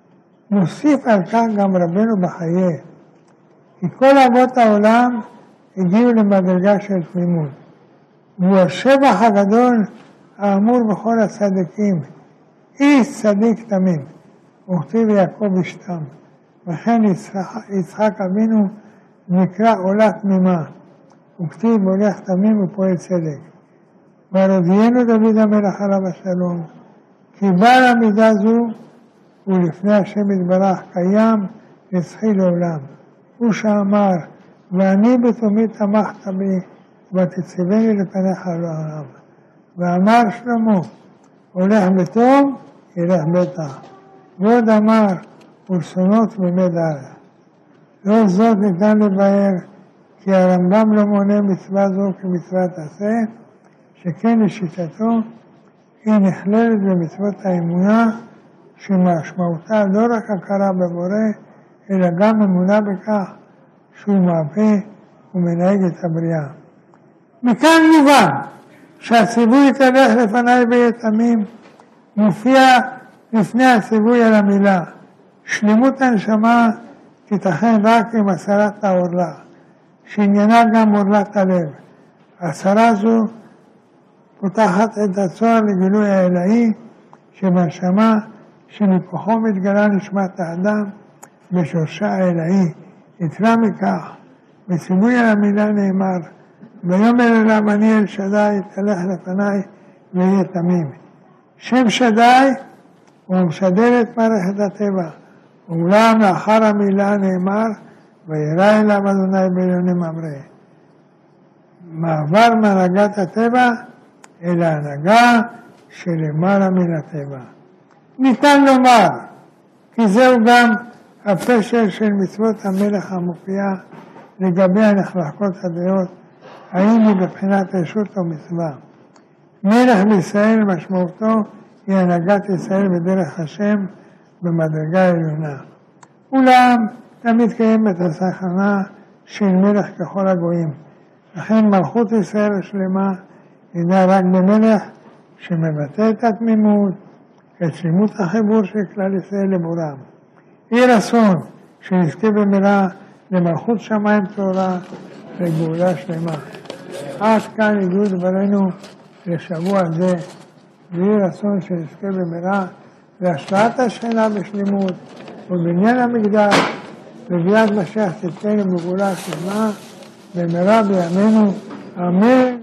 מוסיף על כך גם רבנו בחיי, כי כל אבות העולם הגיעו למדרגה של תמימות. והוא השבח הגדול האמור בכל הצדיקים, איש צדיק תמים, וכתיב יעקב אשתם. וכן יצחק אבינו נקרא עולה תמימה, וכתיב הולך תמים ופועל צדק. והודיענו דוד המלך עליו השלום, כי בעל המידה זו הוא לפני השם יתברך קיים נצחי לעולם. הוא שאמר, ואני בתומי תמכת בי, ותציבני לפניך לעולם. ואמר שלמה, הולך בטוב, ילך בטח. ועוד אמר, ולשונות תמימי דעת. לא זאת ניתן לבאר, כי הרמב"ם לא מונה מצווה זו כמצוות עשה, שכן לשיטתו היא נכללת במצוות האמונה, שמשמעותה לא רק הכרה בבורא, אלא גם אמונה בכך שהוא מהווה ומנהיג את הבריאה. מכאן מובן שהציווי תלך לפניי ויהיה תמים מופיע לפני הציווי על המילה. שלמות הנשמה תיתכן רק עם הסרת העורלה, שעניינה גם עורלת הלב. הסרה זו פותחת את הצוהר לגילוי האלוהי שבנשמה, שמכוחו מתגלה נשמת האדם בשורשה האלוהי. יתרה מכך, בציווי על המילה נאמר, ויאמר אליו אני אל שדי, תלך לפניי ויהיה תמים. שם שדי הוא משדר את מערכת הטבע, אולם לאחר המילה נאמר, וירא אליו אדוני בעליוני ממרא. מעבר מהנהגת הטבע אל ההנהגה שלמעלה מן הטבע. ניתן לומר, כי זהו גם הפשר של מצוות המלך המופיעה לגבי הנחלקות הדעות, האם היא בבחינת רשות או מצווה. מלך בישראל משמעותו היא הנהגת ישראל בדרך השם במדרגה עליונה. אולם תמיד קיימת הסכנה של מלך ככל הגויים. לכן מלכות ישראל השלמה הינה רק במלך שמבטא את התמימות, את שלמות החיבור של כלל ישראל לבורם. יהי רצון שנזכה במהרה למלכות שמיים טהורה לגאולה שלמה. עד כאן הגיעו דברינו לשבוע זה, ויהי רצון שנזכה במהרה להשלמת השכינה בשלמות ובבניין המקדש וביאת משיח צדקנו בגאולה שלמה במהרה בימינו, אמן